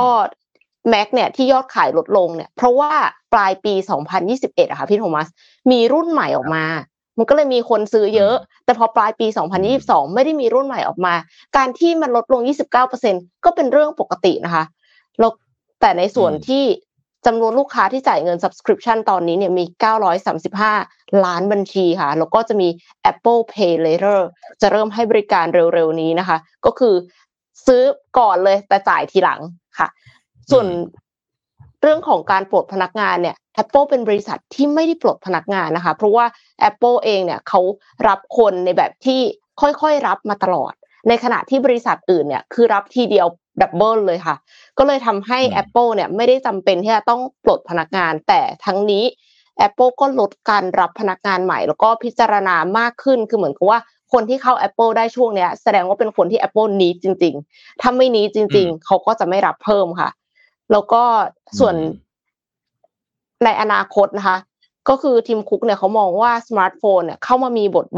Mac เนี่ยที่ยอดขายลดลงเนี่ยเพราะว่าปลายปีสองพันยี่สิบเอ็ดอะค่ะพี่โทมัสมีรุ่นใหม่ออกมามันก็เลยมีคนซื้อเยอะแต่พอปลายปีสองพันยี่สิบสองไม่ได้มีรุ่นใหม่ออกมาการที่มันลดลง ยี่สิบเก้าเปอร์เซ็นต์ ก็เป็นเรื่องปกตินะคะแล้วแต่ในส่วนที่จำนวนลูกค้าที่จ่ายเงิน subscription ตอนนี้เนี่ยมีเก้าร้อยสามสิบห้าล้านบัญชีค่ะแล้วก็จะมี Apple Pay Later จะเริ่มให้บริการเร็วๆนี้นะคะก็คือซื้อก่อนเลยแต่จ่ายทีหลังค่ะส่วนเรื่องของการปลดพนักงานเนี่ย Apple เป็นบริษัทที่ไม่ได้ปลดพนักงานนะคะเพราะว่า Apple เองเนี่ยเขารับคนในแบบที่ค่อยๆรับมาตลอดในขณะที่บริษัทอื่นเนี่ยคือรับทีเดียวดับเบิลเลยค่ะก็เลยทำให้ Apple เนี่ยไม่ได้จำเป็นที่จะต้องปลดพนักงานแต่ทั้งนี้ Apple ก็ลดการรับพนักงานใหม่แล้วก็พิจารณามากขึ้นคือเหมือนกับว่าคนที่เข้า Apple ได้ช่วงเนี้ยแสดงว่าเป็นคนที่ Apple need จริงๆถ้าไม่ need จริงๆเขาก็จะไม่รับเพิ่มค่ะแล้วก็ส่วนในอนาคตนะคะก็คือทีมคุกเนี่ยเขามองว่าสมาร์ทโฟนเนี่ยเข้ามามีบทบาท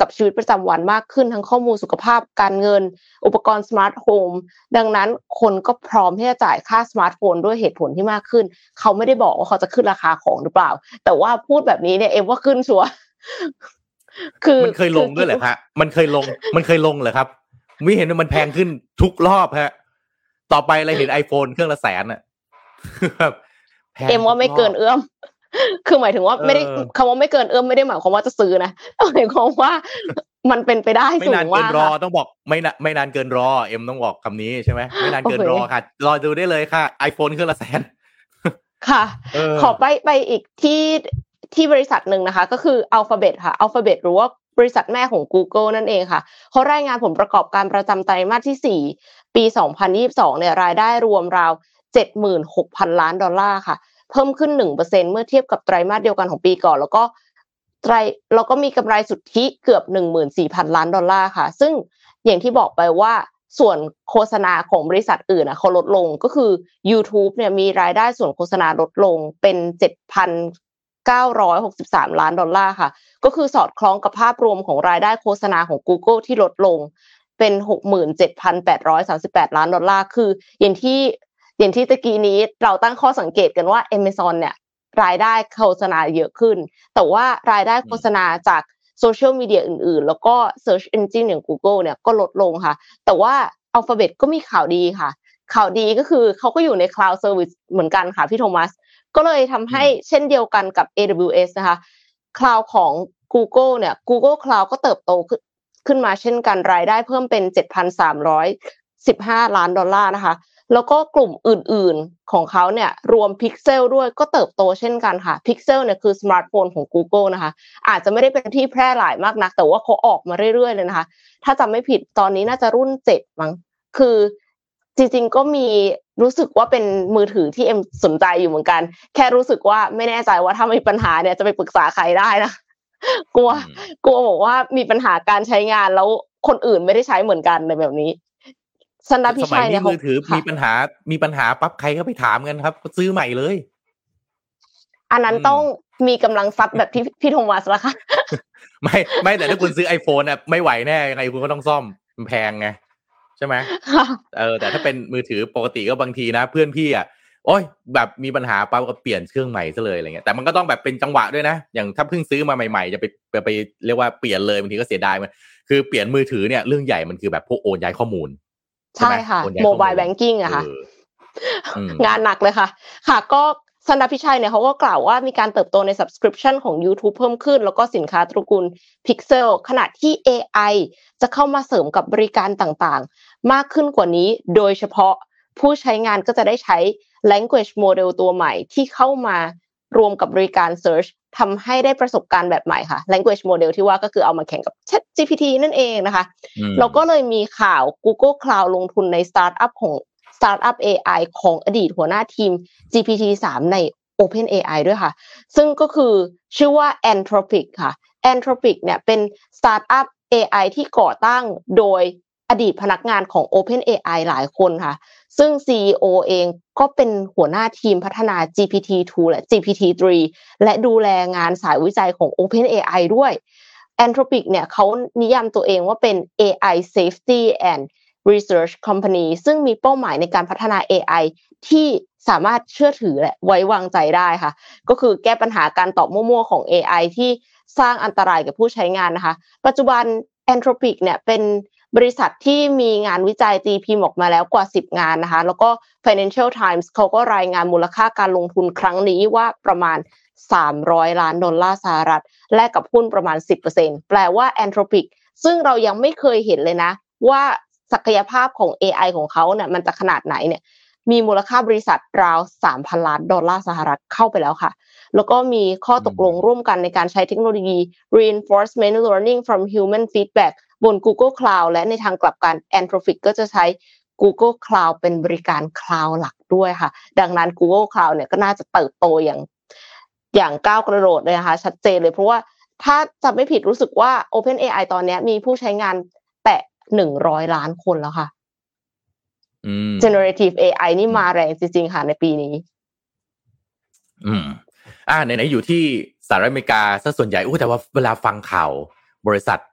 กับชีวิตประจำวันมากขึ้นทั้งข้อมูลสุขภาพการเงินอุปกรณ์สมาร์ทโฮมดังนั้นคนก็พร้อมที่จะจ่ายค่าสมาร์ทโฟนด้วยเหตุผลที่มากขึ้นเขาไม่ได้บอกว่าเขาจะขึ้นราคาของหรือเปล่าแต่ว่าพูดแบบนี้เนี่ยเอ็มว่าขึ้นชัวร์คือมันเคยลงด้วยเหรอฮะมันเคยลงมันเคยลงเหรอครับไม่เห็นว่ามันแพงขึ้นทุกรอบฮะต่อไปเราเห็น iPhone เครื่องละแสนอ่ะเอ็มว่าไม่เกินเอื้อมคือหมายถึงว่าไม่ได้คำว่าไม่เกินเอื้อมไม่ได้หมายความว่าจะซื้อนะหมายความว่ามันเป็นไปได้สูงมากไม่นานเกินรอต้องบอกไม่ไม่นานเกินรอเอ็มต้องบอกคำนี้ใช่ไหมไม่นานเกินรอค่ะรอดูได้เลยค่ะ iPhone เครื่องละแสนค่ะขอไปไปอีกที่ที่บริษัทหนึ่งนะคะก็คือ Alphabet ค่ะ Alphabet หรือว่าบริษัทแม่ของ Google นั่นเองค่ะเขารายงานผลประกอบการประจำไตรมาสที่สี่ปีสองพันยี่สิบสองเนี่ยรายได้รวมราว เจ็ดหมื่นหกพัน ล้านดอลลาร์ค่ะเพิ่มขึ้น หนึ่งเปอร์เซ็นต์ เมื่อเทียบกับไตรมาสเดียวกันของปีก่อนแล้วก็ไตรแล้วก็มีกำไรสุทธิเกือบ หนึ่งหมื่นสี่พัน ล้านดอลลาร์ค่ะซึ่งอย่างที่บอกไปว่าส่วนโฆษณาของบริษัทอื่นน่ะเขาลดลงก็คือ YouTube เนี่ยมีรายได้ส่วนโฆษณาลดลงเป็น เจ็ดพันเก้าร้อยหกสิบสาม ล้านดอลลาร์ค่ะก็คือสอดคล้องกับภาพรวมของรายได้โฆษณาของ Google ที่ลดลงเป็น หกหมื่นเจ็ดพันแปดร้อยสามสิบแปด ล้านดอลลาร์คืออย่างที่อย่างที่ตะกี้นี้เราตั้งข้อสังเกตกันว่า Amazon เนี่ยรายได้โฆษณาเยอะขึ้นแต่ว่ารายได้โฆษณาจากโซเชียลมีเดียอื่นๆแล้วก็ Search Engine อย่าง Google เนี่ยก็ลดลงค่ะแต่ว่า Alphabet ก็มีข่าวดีค่ะข่าวดีก็คือเขาก็อยู่ใน Cloud Service เหมือนกันค่ะพี่โทมัสก็เลยทำให้เช่นเดียวกันกับ เอ ดับเบิลยู เอส นะคะ Cloud ของ Google เนี่ย Google Cloud ก็เติบโตขึ้นขึ้นมาเช่นกันรายได้เพิ่มเป็น เจ็ดพันสามร้อยสิบห้า ล้านดอลลาร์นะคะแล้วก็กลุ่มอื่นๆของเขาเนี่ยรวม Pixel ด้วยก็เติบโตเช่นกันค่ะ Pixel เนี่ยคือสมาร์ทโฟนของ Google นะคะอาจจะไม่ได้เป็นที่แพร่หลายมากนักแต่ว่าเขาออกมาเรื่อยๆเลยนะคะถ้าจำไม่ผิดตอนนี้น่าจะรุ่นเจ็ดมั้งคือจริงๆก็มีรู้สึกว่าเป็นมือถือที่เอ็มสนใจอยู่เหมือนกันแค่รู้สึกว่าไม่แน่ใจว่าถ้ามีปัญหาเนี่ยจะไปปรึกษาใครได้นะกลัวกลัวบอกว่ามีปัญหาการใช้งานแล้วคนอื่นไม่ได้ใช้เหมือนกันในแบบนี้สันดาพิชัยเนี่ยมือถือมีปัญหามีปัญหาปั๊บใครก็ไปถามกันครับซื้อใหม่เลยอันนั้นต้องมีกำลังทรัพย์แบบที่พี่โทมัสละค่ะไม่ไม่แต่ถ้าคุณซื้อ iPhone อ่ะไม่ไหวแน่ยังไงคุณก็ต้องซ่อมมันแพงไงใช่ไหมเออแต่ถ้าเป็นมือถือปกติก็บางทีนะเพื่อนพี่อ่ะโอ้ยแบบมีปัญหาปั๊บก็เปลี่ยนเครื่องใหม่ซะเลยอะไรเงี้ยแต่มันก็ต้องแบบเป็นจังหวะด้วยนะอย่างถ้าเพิ่งซื้อมาใหม่ๆจะไปไปเรียกว่าเปลี่ยนเลยบางทีก็เสียดายมันคือเปลี่ยนมือถือเนี่ยเรื่องใหญ่มันคือแบบพวกโอนย้ายข้อมูลใช่ค่ะโมบายแบงกิ้งอะค่ะงานหนักเลยค่ะค่ะก็สันดาพิชัยเนี่ยเขาก็กล่าวว่ามีการเติบโตใน subscription ของ YouTube เพิ่มขึ้นแล้วก็สินค้าตระกูล Pixel ขณะที่ เอ ไอ จะเข้ามาเสริมกับบริการต่างๆมากขึ้นกว่านี้โดยเฉพาะผู้ใช้งานก็จะได้ใช้ language model ตัวใหม่ที่เข้ามารวมกับบริการ search ทำให้ได้ประสบการณ์แบบใหม่ค่ะ language model ที่ว่าก็คือเอามาแข่งกับ Chat จี พี ที นั่นเองนะคะแล้วก็เลยมีข่าว Google Cloud ลงทุนในสตาร์ทอัพของสตาร์ทอัพ เอ ไอ ของอดีตหัวหน้าทีม จี พี ที สาม ใน OpenAI ด้วยค่ะซึ่งก็คือชื่อว่า Anthropic ค่ะ Anthropic เนี่ยเป็นสตาร์ทอัพ เอ ไอ ที่ก่อตั้งโดยอดีตพนักงานของ OpenAI หลายคนค่ะซึ่ง ซี อี โอ เองก็เป็นหัวหน้าทีมพัฒนา จี พี ที ทู และ จี พี ที ทรี และดูแลงานสายวิจัยของ OpenAI ด้วย Anthropic เนี่ยเขานิยามตัวเองว่าเป็น เอ ไอ Safety and Research Company ซึ่งมีเป้าหมายในการพัฒนา เอ ไอ ที่สามารถเชื่อถือและไว้วางใจได้ค่ะก็คือแก้ปัญหาการตอบมั่วๆของ เอ ไอ ที่สร้างอันตรายกับผู้ใช้งานนะคะปัจจุบัน Anthropic เนี่ยเป็นบริษัทที่มีงานวิจัยตีพิมพ์ออกมาแล้วกว่าสิบงานนะคะแล้วก็ Financial Times เขาก็รายงานมูลค่าการลงทุนครั้งนี้ว่าประมาณสามร้อยล้านดอลลาร์สหรัฐแลกกับหุ้นประมาณ สิบเปอร์เซ็นต์ แปลว่า Anthropic ซึ่งเรายังไม่เคยเห็นเลยนะว่าศักยภาพของ เอ ไอ ของเขาเนี่ยมันจะขนาดไหนเนี่ยมีมูลค่าบริษัทราว สามพัน ล้านดอลลาร์สหรัฐเข้าไปแล้วค่ะแล้วก็มีข้อตกลงร่วมกันในการใช้เทคโนโลยี reinforcement learning from human feedback บน Google Cloud และในทางกลับกัน Anthropic ก็จะใช้ Google Cloud เป็นบริการ Cloud หลักด้วยค่ะดังนั้น Google Cloud เนี่ยก็น่าจะเติบโตอย่างอย่างก้าวกระโดดเลยนะคะชัดเจนเลยเพราะว่าถ้าจำไม่ผิดรู้สึกว่า OpenAI ตอนนี้มีผู้ใช้งานแตะหนึ่งร้อยล้านคนแล้วค่ะอืม generative เอ ไอ นี่มาแรงจริงๆค่ะในปีนี้อืมอ่าไหนๆอยู่ที่สหรัฐอเมริกาซะส่วนใหญ่อู้แต่ว่าเวลาฟังข่าวบริษัท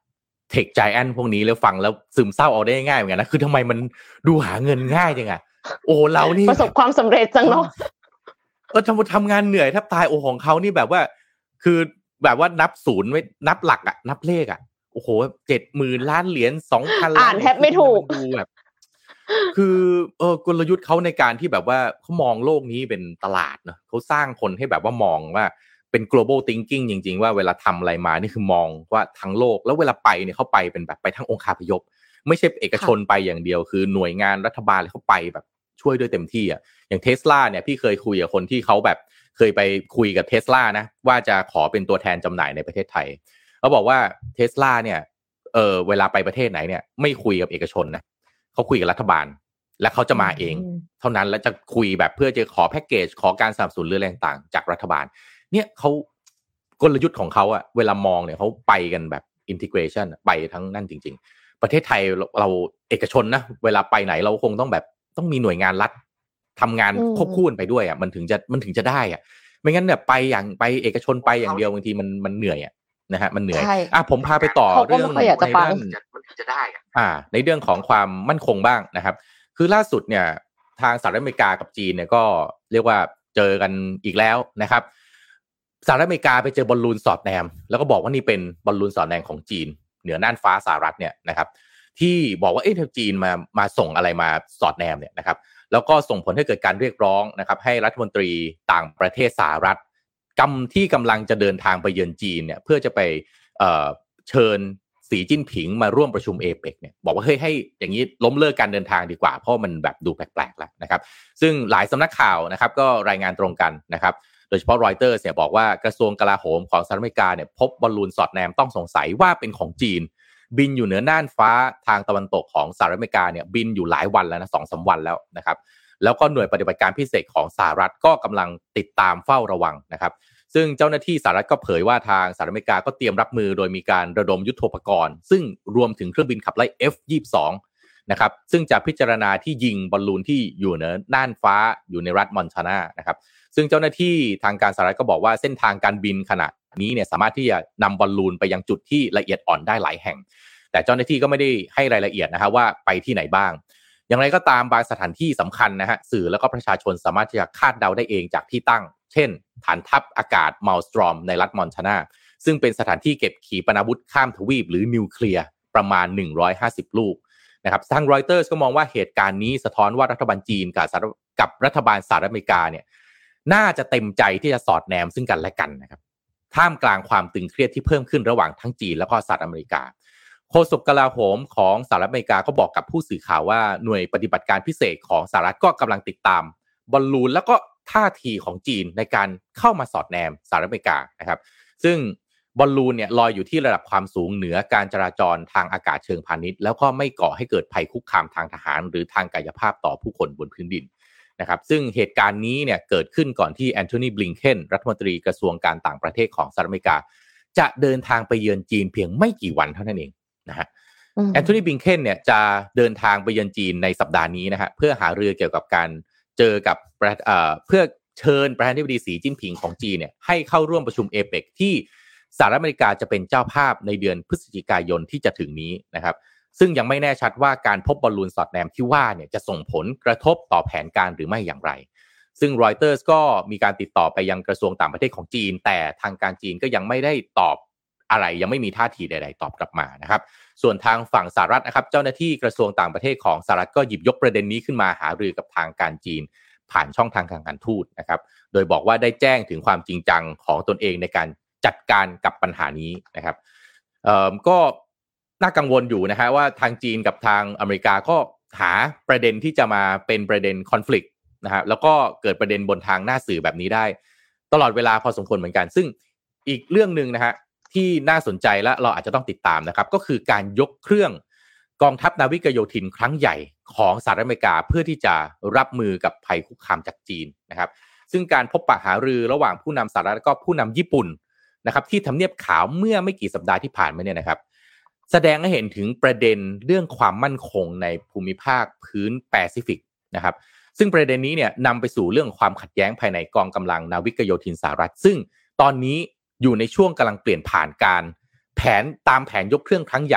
เทคไจแอนท์พวกนี้แล้วฟังแล้วซึมเศร้าเอาได้ง่ายเหมือนกันนะคือทำไมมันดูหาเงินง่ายจังอะโอ้เรานี่ประสบความสำเร็จจังเนาะเออทำทำงานเหนื่อยแทบตายโอ้ของเขานี่แบบว่าคือแบบว่านับศูนย์ไม่นับหลักอะนับเลขอะโอ้โหเจ็ดหมื่นล้านเหรียญสองพันล้านอ่านแทบไม่ถูกดูแบบคือเออกลยุทธ์เขาในการที่แบบว่าเขามองโลกนี้เป็นตลาดเนาะเขาสร้างคนให้แบบว่ามองว่าเป็น global thinking จริงๆว่าเวลาทำอะไรมานี่คือมองว่าทั้งโลกแล้วเวลาไปเนี่ยเขาไปเป็นแบบไปทั้งองค์คาพยพไม่ใช่เอกชนไปอย่างเดียวคือหน่วยงานรัฐบาลเขาไปแบบช่วยด้วยเต็มที่อ่ะอย่าง Tesla เนี่ยพี่เคยคุยกับคนที่เขาแบบเคยไปคุยกับ Tesla นะว่าจะขอเป็นตัวแทนจำหน่ายในประเทศไทยเขาบอกว่า Tesla เนี่ยเออเวลาไปประเทศไหนเนี่ยไม่คุยกับเอกชนนะเขาคุยกับรัฐบาลและเขาจะมาเองเท่านั้นแล้วจะคุยแบบเพื่อจะขอแพ็กเกจขอการสนับสนุนเรื่องต่างๆจากรัฐบาลเนี่ยเขากลยุทธ์ของเขาอะเวลามองเนี่ยเขาไปกันแบบ integration ไปทั้งนั่นจริงๆประเทศไทยเราเอกชนนะเวลาไปไหนเราคงต้องแบบต้องมีหน่วยงานรัฐทำงานควบคู่ไปด้วยอะมันถึงจะมันถึงจะได้อะไม่งั้นเนี่ยไปอย่างไปเอกชนไปอย่างเดียวบางทีมันมันเหนื่อยอะนะฮะมันเหนื่อยอ่ะผมพาไปต่อเรื่องในเรื่องมันถึงจะได้อ่าในเรื่องของความมั่นคงบ้างนะครับคือล่าสุดเนี่ยทางสหรัฐอเมริกากับจีนเนี่ยก็เรียกว่าเจอกันอีกแล้วนะครับสหรัฐอเมริกาไปเจอบอลลูนสอดแนมแล้วก็บอกว่านี่เป็นบอลลูนสอดแนมของจีนเหนือน่านฟ้าสหรัฐเนี่ยนะครับที่บอกว่าเอ๊ะจีนมามาส่งอะไรมาสอดแนมเนี่ยนะครับแล้วก็ส่งผลให้เกิดการเรียกร้องนะครับให้รัฐมนตรีต่างประเทศสหรัฐกำที่กำลังจะเดินทางไปเยือนจีนเนี่ยเพื่อจะไปเอ่อเชิญสีจิ้นผิงมาร่วมประชุมเอเปกเนี่ยบอกว่าเฮ้ยให้อย่างนี้ล้มเลิกการเดินทางดีกว่าเพราะมันแบบดูแปลกๆแล้วนะครับซึ่งหลายสำนักข่าวนะครับก็รายงานตรงกันนะครับโดยเฉพาะรอยเตอร์เนี่ยบอกว่ากระทรวงกลาโหมของสหรัฐอเมริกาเนี่ยพบบอลลูนสอดแนมต้องสงสัยว่าเป็นของจีนบินอยู่เหนือน่านฟ้าทางตะวันตกของสหรัฐอเมริกาเนี่ยบินอยู่หลายวันแล้วนะ สองถึงสาม วันแล้วนะครับแล้วก็หน่วยปฏิบัติการพิเศษของสหรัฐก็กำลังติดตามเฝ้าระวังนะครับซึ่งเจ้าหน้าที่สหรัฐก็เผยว่าทางสหรัฐอเมริกาก็เตรียมรับมือโดยมีการระดมยุทโธปกรณ์ซึ่งรวมถึงเครื่องบินขับไล่ เอฟ ยี่สิบสอง นะครับซึ่งจะพิจารณาที่ยิงบอลลูนที่อยู่เหนือน่านฟ้าอยู่ในรัฐมอนทานานะครับซึ่งเจ้าหน้าที่ทางการสหรัฐก็บอกว่าเส้นทางการบินขณะนี้เนี่ยสามารถที่จะนำบอลลูนไปยังจุดที่ละเอียดอ่อนได้หลายแห่งแต่เจ้าหน้าที่ก็ไม่ได้ให้รายละเอียดนะฮะว่าไปที่ไหนบ้างอย่างไรก็ตามบางสถานที่สำคัญนะฮะสื่อแล้วก็ประชาชนสามารถที่จะคาดเดาได้เองจากที่ตั้งเช่นฐานทัพอากาศมัลสตรอมในรัฐมอนทานาซึ่งเป็นสถานที่เก็บขีปนาวุธข้ามทวีปหรือนิวเคลียร์ประมาณหนึ่งร้อยห้าสิบลูกนะครับทางรอยเตอร์สก็มองว่าเหตุการณ์นี้สะท้อนว่ารัฐบาลจีนกับกับรัฐบาลสหรัฐอเมริกาเนี่ยน่าจะเต็มใจที่จะสอดแนมซึ่งกันและกันนะครับท่ามกลางความตึงเครียดที่เพิ่มขึ้นระหว่างทั้งจีนและก็สหรัฐอเมริกาโฆษกกลาโหมของสหรัฐอเมริกาก็บอกกับผู้สื่อข่าวว่าหน่วยปฏิบัติการพิเศษของสหรัฐก็กำลังติดตามบอลลูนแล้วก็ท่าทีของจีนในการเข้ามาสอดแนมสหรัฐอเมริกานะครับซึ่งบอลลูนเนี่ยลอยอยู่ที่ระดับความสูงเหนือการจราจรทางอากาศเชิงพาณิชย์แล้วก็ไม่ก่อให้เกิดภัยคุกคามทางทหารหรือทางกายภาพต่อผู้คนบนพื้นดินนะครับซึ่งเหตุการณ์นี้เนี่ยเกิดขึ้นก่อนที่แอนโทนีบลิงเคนรัฐมนตรีกระทรวงการต่างประเทศของสหรัฐอเมริกาจะเดินทางไปเยือนจีนเพียงไม่กี่วันเท่านั้นเองนะฮะแอนโทนีบลิงเคนเนี่ยจะเดินทางไปเยือนจีนในสัปดาห์นี้นะฮะเพื่อหารือเกี่ยวกับการเจอกับเอ่อเพื่อเชิญประธานาธิบดีสีจิ้นผิงของจีนเนี่ยให้เข้าร่วมประชุมเอเปกที่สหรัฐอเมริกาจะเป็นเจ้าภาพในเดือนพฤศจิกายนที่จะถึงนี้นะครับซึ่งยังไม่แน่ชัดว่าการพบบอลลูนสอดแนมที่ว่าเนี่ยจะส่งผลกระทบต่อแผนการหรือไม่อย่างไรซึ่งรอยเตอร์สก็มีการติดต่อไปยังกระทรวงต่างประเทศของจีนแต่ทางการจีนก็ยังไม่ได้ตอบอะไรยังไม่มีท่าทีใดๆตอบกลับมานะครับส่วนทางฝั่งสหรัฐนะครับเจ้าหน้าที่กระทรวงต่างประเทศของสหรัฐก็หยิบยกประเด็นนี้ขึ้นมาหารือกับทางการจีนผ่านช่องทางทางการทูตนะครับโดยบอกว่าได้แจ้งถึงความจริงจังของตนเองในการจัดการกับปัญหานี้นะครับเอ่อก็น่ากังวลอยู่นะฮะว่าทางจีนกับทางอเมริกาก็หาประเด็นที่จะมาเป็นประเด็นคอนฟลิกต์นะฮะแล้วก็เกิดประเด็นบนทางหน้าสื่อแบบนี้ได้ตลอดเวลาพอสมควรเหมือนกันซึ่งอีกเรื่องนึงนะฮะที่น่าสนใจและเราอาจจะต้องติดตามนะครับก็คือการยกเครื่องกองทัพนาวิกโยธินครั้งใหญ่ของสหรัฐอเมริกาเพื่อที่จะรับมือกับภัยคุกคามจากจีนนะครับซึ่งการพบปะหารือระหว่างผู้นำสหรัฐและก็ผู้นำญี่ปุ่นนะครับที่ทำเนียบขาวเมื่อไม่กี่สัปดาห์ที่ผ่านมาเนี่ยนะครับแสดงให้เห็นถึงประเด็นเรื่องความมั่นคงในภูมิภาคพื้นแปซิฟิกนะครับซึ่งประเด็นนี้เนี่ยนำไปสู่เรื่องความขัดแย้งภายในกองกำลังนาวิกโยธินสหรัฐซึ่งตอนนี้อยู่ในช่วงกำลังเปลี่ยนผ่านการแผนตามแผนยกเครื่องครั้งใหญ่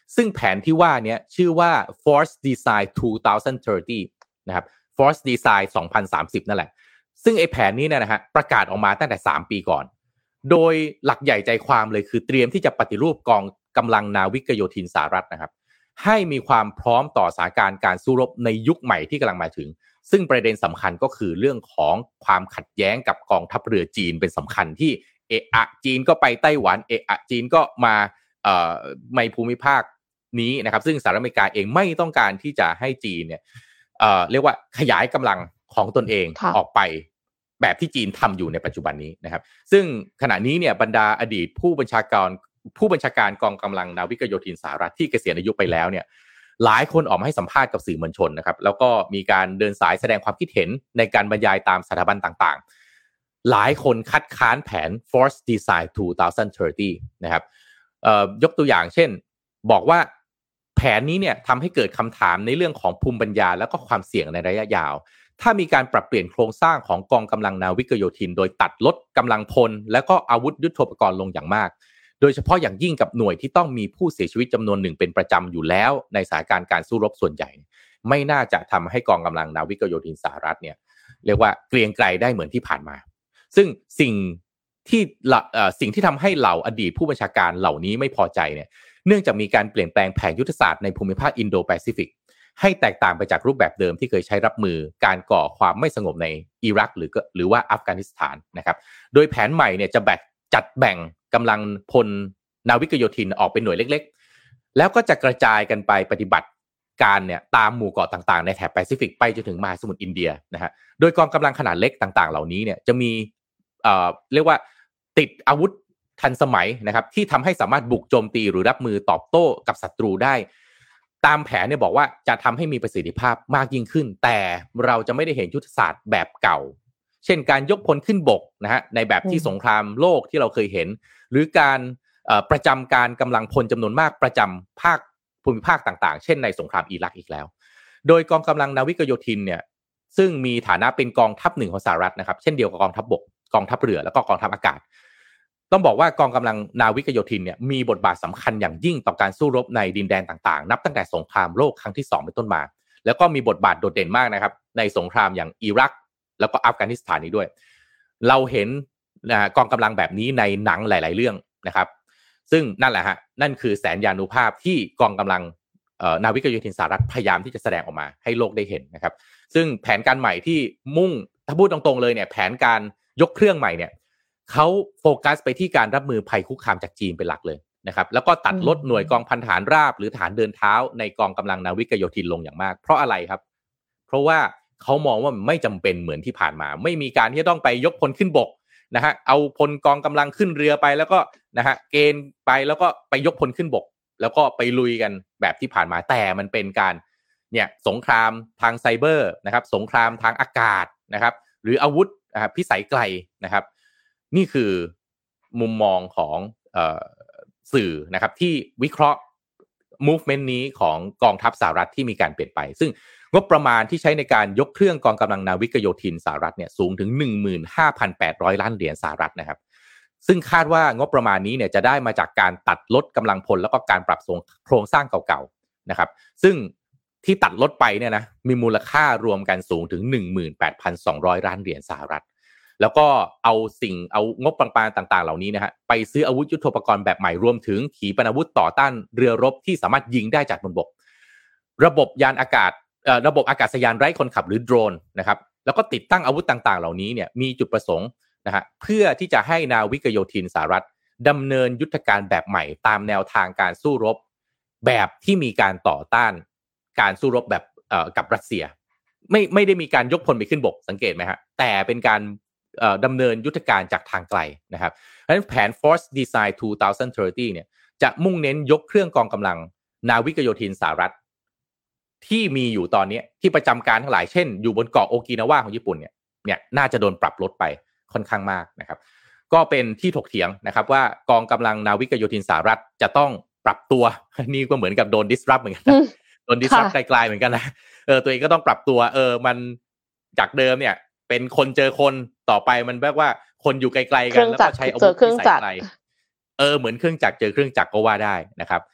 ซึ่งแผนที่ว่านี้ชื่อว่า Force Design สองพันสามสิบนะครับ Force Design สองพันสามสิบนั่นแหละซึ่งไอ้แผนนี้เนี่ยนะฮะประกาศออกมาตั้งแต่สามปีก่อนโดยหลักใหญ่ใจความเลยคือเตรียมที่จะปฏิรูปกองกำลังนาวิกโยธินสหรัฐนะครับให้มีความพร้อมต่อสถานการณ์การสู้รบในยุคใหม่ที่กำลังมาถึงซึ่งประเด็นสำคัญก็คือเรื่องของความขัดแย้งกับกองทัพเรือจีนเป็นสำคัญที่เอะอะจีนก็ไปไต้หวันเอะอะจีนก็มาเอ่อในภูมิภาคนี้นะครับซึ่งสหรัฐอเมริกาเองไม่ต้องการที่จะให้จีนเนี่ยเอ่อเรียกว่าขยายกำลังของตนเองออกไปแบบที่จีนทำอยู่ในปัจจุบันนี้นะครับซึ่งขณะนี้เนี่ยบรรดาอดีตผู้บัญชาการผู้บัญชาการกองกำลังนาวิกโยธินสหรัฐที่เกษียณอายุไปแล้วเนี่ยหลายคนออกมาให้สัมภาษณ์กับสื่อมวลชนนะครับแล้วก็มีการเดินสายแสดงความคิดเห็นในการบรรยายตามสถาบันต่างๆหลายคนคัดค้านแผน Force Design สองพันสามสิบนะครับเอ่อยกตัวอย่างเช่นบอกว่าแผนนี้เนี่ยทำให้เกิดคำถามในเรื่องของภูมิปัญญาและก็ความเสี่ยงในระยะยาวถ้ามีการปรับเปลี่ยนโครงสร้างของกองกำลังนาวิกโยธินโดยตัดลดกำลังพลและก็อาวุธยุทโธปกรณ์ลงอย่างมากโดยเฉพาะอย่างยิ่งกับหน่วยที่ต้องมีผู้เสียชีวิตจำนวนหนึ่งเป็นประจำอยู่แล้วในสถานการณ์การสู้รบส่วนใหญ่ไม่น่าจะทำให้กองกำลังนาวิกโยธินสหรัฐเนี่ยเรียกว่าเกรียงไกรได้เหมือนที่ผ่านมาซึ่งสิ่งที่สิ่งที่ทำให้เหล่าอดีตผู้บัญชาการเหล่านี้ไม่พอใจเนี่ยเนื่องจากมีการเปลี่ยนแปลงแผนยุทธศาสตร์ในภูมิภาคอินโดแปซิฟิกให้แตกต่างไปจากรูปแบบเดิมที่เคยใช้รับมือการก่อความไม่สงบในอิรักหรือหรือว่าอัฟกานิสถานนะครับโดยแผนใหม่เนี่ยจะแบ่งจัดแบ่งกำลังพลนาวิกโยธินออกเป็นหน่วยเล็กๆแล้วก็จะกระจายกันไปปฏิบัติการเนี่ยตามหมู่เกาะต่างๆในแถบแปซิฟิกไปจนถึงมหาสมุทรอินเดียนะฮะโดยกองกำลังขนาดเล็กต่างๆเหล่านี้เนี่ยจะมีเอ่อเรียกว่าติดอาวุธทันสมัยนะครับที่ทำให้สามารถบุกโจมตีหรือรับมือตอบโต้กับศัตรูได้ตามแผนเนี่ยบอกว่าจะทำให้มีประสิทธิภาพมากยิ่งขึ้นแต่เราจะไม่ได้เห็นยุทธศาสตร์แบบเก่าเช่นการยกพลขึ้นบกนะฮะในแบบที่สงครามโลกที่เราเคยเห็นหรือการประจำการกำลังพลจำนวนมากประจำภาคภูมิภาคต่างๆเช่นในสงครามอิรักอีกแล้วโดยกองกำลังนาวิกโยธินเนี่ยซึ่งมีฐานะเป็นกองทัพหนึ่งของสหรัฐนะครับเช่นเดียวกับกองทัพบกกองทัพเรือแล้วก็กองทัพอากาศต้องบอกว่ากองกำลังนาวิกโยธินเนี่ยมีบทบาทสำคัญอย่างยิ่งต่อการสู้รบในดินแดนต่างๆนับตั้งแต่สงครามโลกครั้งที่สองเป็นต้นมาแล้วก็มีบทบาทโดดเด่นมากนะครับในสงครามอย่างอิรักแล้วก็อัฟกานิสถานนี้ด้วยเราเห็นนะกองกำลังแบบนี้ในหนังหลายๆเรื่องนะครับซึ่งนั่นแหละฮะนั่นคือแสนยานุภาพที่กองกำลังนาวิกโยธินสหรัฐพยายามที่จะแสดงออกมาให้โลกได้เห็นนะครับซึ่งแผนการใหม่ที่มุ่งถ้าพูดตรงๆเลยเนี่ยแผนการยกเครื่องใหม่เนี่ยเขาโฟกัสไปที่การรับมือภัยคุกคามจากจีนเป็นหลักเลยนะครับแล้วก็ตัดลดหน่วยกองพันฐานราบหรือฐานเดินเท้าในกองกำลังนาวิกโยธินลงอย่างมากเพราะอะไรครับเพราะว่าเขามองว่าไม่จำเป็นเหมือนที่ผ่านมาไม่มีการที่จะต้องไปยกพลขึ้นบกนะฮะเอาพลกองกำลังขึ้นเรือไปแล้วก็นะฮะเกณฑ์ไปแล้วก็ไปยกพลขึ้นบกแล้วก็ไปลุยกันแบบที่ผ่านมาแต่มันเป็นการเนี่ยสงครามทางไซเบอร์นะครับสงครามทางอากาศนะครับหรืออาวุธพิสัยไกลนะครับนี่คือมุมมองของเอ่อสื่อนะครับที่วิเคราะห์ movement นี้ของกองทัพสหรัฐที่มีการเปลี่ยนไปซึ่งงบประมาณที่ใช้ในการยกเครื่องกองกำลังนาวิกโยธินสหรัฐเนี่ยสูงถึง หนึ่งหมื่นห้าพันแปดร้อย ล้านเหรียญสหรัฐนะครับซึ่งคาดว่างบประมาณนี้เนี่ยจะได้มาจากการตัดลดกำลังพลแล้วก็การปรับโครงสร้างเก่าๆนะครับซึ่งที่ตัดลดไปเนี่ยนะมีมูลค่ารวมกันสูงถึง หนึ่งหมื่นแปดพันสองร้อย ล้านเหรียญสหรัฐแล้วก็เอาสิ่งเอางบประมาณต่างๆเหล่านี้นะฮะไปซื้ออาวุธยุทโธปกรณ์แบบใหม่รวมถึงขีปนาวุธต่อต้านเรือรบที่สามารถยิงได้จากบนบกระบบยานอากาศเอ่อระบบอากาศยานไร้คนขับหรือโดรนนะครับแล้วก็ติดตั้งอาวุธต่างๆเหล่านี้เนี่ยมีจุดประสงค์นะฮะเพื่อที่จะให้นาวิกโยธินสหรัฐดำเนินยุทธการแบบใหม่ตามแนวทางการสู้รบแบบที่มีการต่อต้านการสู้รบแบบเอ่อกับรัสเซียไม่ไม่ได้มีการยกพลไปขึ้นบกสังเกตไหมฮะแต่เป็นการดำเนินยุทธการจากทางไกลนะครับเพราะฉะนั้นแผน Force Design สองพันสามสิบเนี่ยจะมุ่งเน้นยกเครื่องกองกำลังนาวิกโยธินสหรัฐที่มีอยู่ตอนนี้ที่ประจำการทั้งหลายเช่นอยู่บนเกาะโอกินาวาของญี่ปุ่นเนี่ยเนี่ยน่าจะโดนปรับลดไปค่อนข้างมากนะครับก็เป็นที่ถกเถียงนะครับว่ากองกำลังนาวิกโยธินสหรัฐจะต้องปรับตัวนี่ก็เหมือนกับโดน disrupt เหมือนกันโดน disrupt ไกลๆเหมือนกันนะเออตัวเองก็ต้องปรับตัวเออมันจากเดิมเนี่ยเป็นคนเจอคนต่อไปมันแบบว่าคนอยู่ไกลๆกันแล้วก็ใช้อาวุธที่ใส่ไกลเออเหมือนเครื่องจักรเจอเครื่องจักรก็ว่าได้นะครับ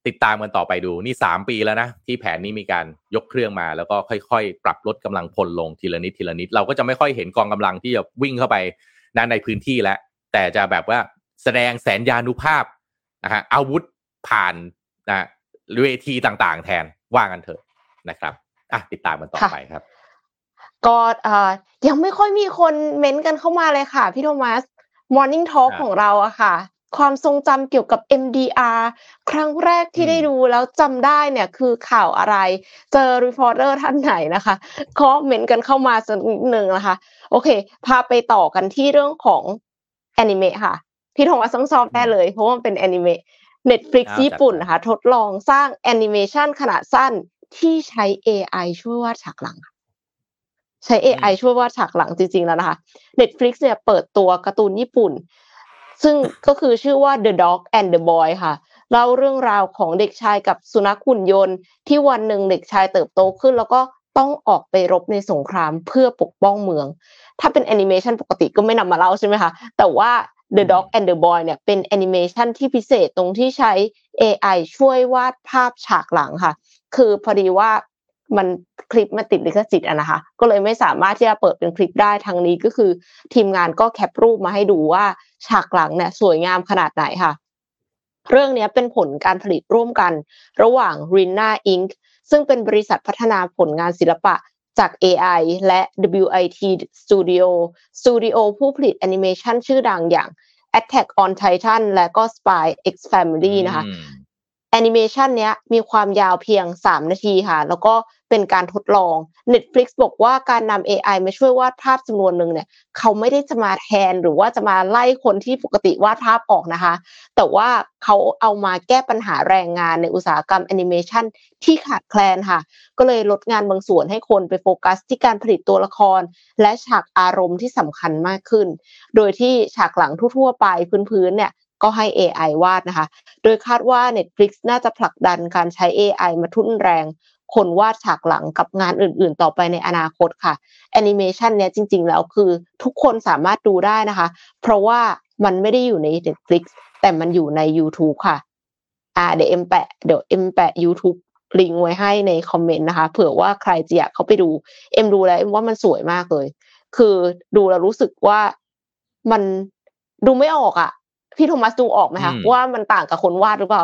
ติดตามกันต่อไปดูนี่สามปีแล้วนะที่แผนนี้มีการยกเครื่องมาแล้วก็ค่อยๆปรับลดกำลังพลลงทีละนิดทีละนิดเราก็จะไม่ค่อยเห็นกองกำลังที่จะวิ่งเข้าไปในพื้นที่แล้วแต่จะแบบว่าแสดงแสนยานุภาพนะฮะอาวุธผ่านนะเวทีต่างๆแทนว่ากันเถอะนะครับอ่ะติดตามกันต่อไปครับก็เอ่อยังไม่ค่อยมีคนเม้นต์กันเข้ามาเลยค่ะพี่โทมัส Morning Talk ของเราอะค่ะความทรงจำเกี่ยวกับ เอ็ม ดี อาร์ ครั้งแรกที่ได้ดูแล้วจำได้เนี่ยคือข่าวอะไรเจอรีพอร์เตอร์ท่านไหนนะคะคอมเมนต์กันเข้ามาสักนิดนึงนะคะโอเคพาไปต่อกันที่เรื่องของแอนิเมะค่ะพี่โทมัสต้องชอบแน่เลยเพราะว่ามันเป็นแอนิเมะ Netflix ญี่ปุ่นนะคะทดลองสร้างแอนิเมชันขนาดสั้นที่ใช้ เอ ไอ ช่วยวาดฉากหลังใช้ เอ ไอ ช่วยวาดฉากหลังจริงๆแล้วนะคะ Netflix เนี่ยเปิดตัวการ์ตูนญี่ปุ่นซึ่งก็คือชื่อว่า The Dog and the Boy ค่ะเล่าเรื่องราวของเด็กชายกับสุนัขหุ่นยนต์ที่วันหนึ่งเด็กชายเติบโตขึ้นแล้วก็ต้องออกไปรบในสงครามเพื่อปกป้องเมืองถ้าเป็นแอนิเมชันปกติก็ไม่นำมาเล่าใช่ไหมคะแต่ว่า The Dog and the Boy เนี่ยเป็นแอนิเมชันที่พิเศษตรงที่ใช้ เอ ไอ ช่วยวาดภาพฉากหลังค่ะคือพอดีว่ามันคลิปมาติดลิขสิทธิ์อะนะคะก็เลยไม่สามารถที่จะเปิดเป็นคลิปได้ทางนี้ก็คือทีมงานก็แคปรูปมาให้ดูว่าฉากหลังเนี่ยสวยงามขนาดไหนค่ะเรื่องนี้เป็นผลการผลิตร่วมกันระหว่าง Rina อิงค์ ซึ่งเป็นบริษัทพัฒนาผลงานศิลปะจาก เอ ไอ และ ดับเบิลยู ไอ ที Studio Studio ผู้ผลิตแอนิเมชันชื่อดังอย่าง Attack on Titan และก็ Spy X Family นะคะแอนิเมชันเนี้ยมีความยาวเพียงสามนาทีค่ะแล้วก็เป็นการทดลอง Netflix บอกว่าการนำ เอ ไอ มาช่วยวาดภาพจำนวนหนึ่งเนี่ยเขาไม่ได้จะมาแทนหรือว่าจะมาไล่คนที่ปกติวาดภาพออกนะคะแต่ว่าเขาเอามาแก้ปัญหาแรงงานในอุตสาหกรรมแอนิเมชันที่ขาดแคลนค่ะก็เลยลดงานบางส่วนให้คนไปโฟกัสที่การผลิตตัวละครและฉากอารมณ์ที่สำคัญมากขึ้นโดยที่ฉากหลังทั่วๆไปพื้นๆเนี่ยก็ให้ เอ ไอ วาดนะคะโดยคาดว่า Netflix น่าจะผลักดันการใช้ เอ ไอ มาทุ่นแรงคนวาดฉากหลังกับงานอื่นๆต่อไปในอนาคตค่ะแอนิเมชันเนี้ยจริงๆแล้วคือทุกคนสามารถดูได้นะคะเพราะว่ามันไม่ได้อยู่ใน Netflix แต่มันอยู่ใน YouTube ค่ะอ่าเดี๋ยวเอ็มแปะเดี๋ยวเอ็มแปะ YouTube ลิงก์ไว้ให้ในคอมเมนต์นะคะเผื่อว่าใครจะอยากเข้าไปดูเอ็มดูแล้วเอ็มว่ามันสวยมากเลยคือดูแล้วรู้สึกว่ามันดูไม่ออกอ่ะพี่โทมัสดูออกไหมคะว่ามันต่างกับคนวาดหรือเปล่า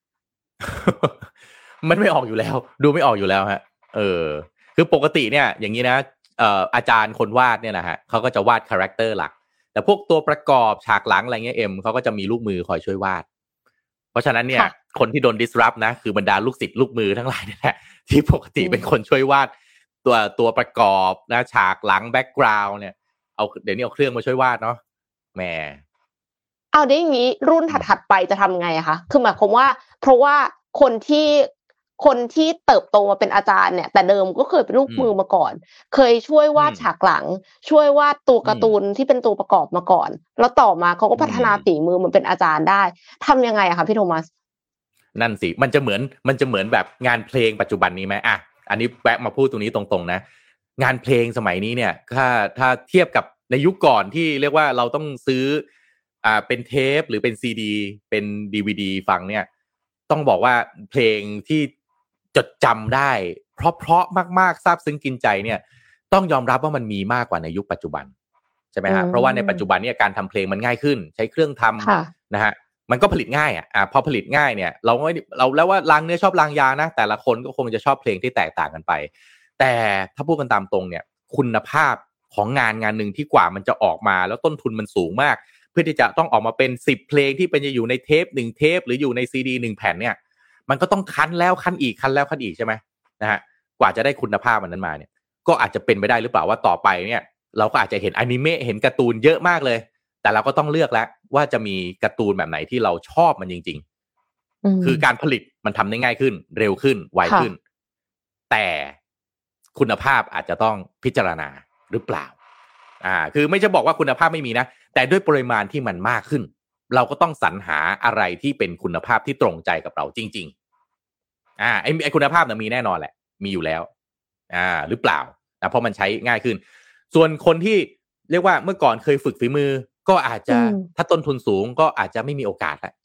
มันไม่ออกอยู่แล้วดูไม่ออกอยู่แล้วฮะเออคือปกติเนี่ยอย่างนี้นะเอ่ออาจารย์คนวาดเนี่ยนะฮะเขาก็จะวาดคาแรคเตอร์หลักแต่พวกตัวประกอบฉากหลังอะไรเงี้ยเอ็มเขาก็จะมีลูกมือคอยช่วยวาดเพราะฉะนั้นเนี่ยคนที่โดน disrupt นะคือบรรดาลูกศิษย์ลูกมือทั้งหลายนี่แหละที่ปกติเป็นคนช่วยวาดตัวตัวประกอบนะฉากหลังแบ็คกราวด์เนี่ยเอาเดี๋ยวนี้เอาเครื่องมาช่วยวาดเนาะแหมเอาได้อย่างนี้รุ่นถัดๆไปจะทำไงอะคะคือหมายความว่าเพราะว่าคนที่คนที่เติบโตมาเป็นอาจารย์เนี่ยแต่เดิมก็เคยเป็นลูกมือมาก่อนเคยช่วยวาดฉากหลังช่วยวาดตัวการ์ตูนที่เป็นตัวประกอบมาก่อนแล้วต่อมาเขาก็พัฒนาฝีมือมันเป็นอาจารย์ได้ทำยังไงอะคะพี่โทมัสนั่นสิมันจะเหมือนมันจะเหมือนแบบงานเพลงปัจจุบันนี้ไหมอ่ะอันนี้แวะมาพูดตรงนี้ตรงๆนะงานเพลงสมัยนี้เนี่ยถ้าถ้าเทียบกับในยุคก่อนที่เรียกว่าเราต้องซื้ออ่าเป็นเทปหรือเป็นซีดีเป็น ดี วี ดี ฟังเนี่ยต้องบอกว่าเพลงที่จดจำได้เพราะๆมากๆซาบซึ้งกินใจเนี่ยต้องยอมรับว่ามันมีมากกว่าในยุคปัจจุบันใช่ไหมฮะเพราะว่าในปัจจุบันเนี่ยการทำเพลงมันง่ายขึ้นใช้เครื่องทำนะฮะมันก็ผลิตง่ายอ่ะอ่าพอผลิตง่ายเนี่ยเราไม่เราแล้วว่าลางเนื้อชอบลางยานะแต่ละคนก็คงจะชอบเพลงที่แตกต่างกันไปแต่ถ้าพูดกันตามตรงเนี่ยคุณภาพของงานงานนึงที่กว่ามันจะออกมาแล้วต้นทุนมันสูงมากเพื่อที่จะต้องออกมาเป็นสิบเพลงที่เป็นจะอยู่ในเทปหนึ่งเทปหรืออยู่ในซีดีหนึ่งแผ่นเนี่ยมันก็ต้องคั้นแล้วคั้นอีกคั้นแล้วคั้นอีกใช่ไหมนะฮะกว่าจะได้คุณภาพมันนั้นมาเนี่ยก็อาจจะเป็นไปได้หรือเปล่าว่าต่อไปเนี่ยเราก็อาจจะเห็นอนิเมะเห็นการ์ตูนเยอะมากเลยแต่เราก็ต้องเลือกแล้วว่าจะมีการ์ตูนแบบไหนที่เราชอบมันจริงๆคือการผลิตมันทำได้ง่ายขึ้นเร็วขึ้นไวขึ้นแต่คุณภาพอาจจะต้องพิจารณาหรือเปล่าอ่าคือไม่จะบอกว่าคุณภาพไม่มีนะแต่ด้วยปริมาณที่มันมากขึ้นเราก็ต้องสรรหาอะไรที่เป็นคุณภาพที่ตรงใจกับเราจริงๆอ่าไอ้ไอ้คุณภาพน่ะมีแน่นอนแหละมีอยู่แล้วอ่าหรือเปล่านะเพราะมันใช้ง่ายขึ้นส่วนคนที่เรียกว่าเมื่อก่อนเคยฝึกฝีมือก็อาจจะถ้าต้นทุนสูงก็อาจจะไม่มีโอกาสแล้ว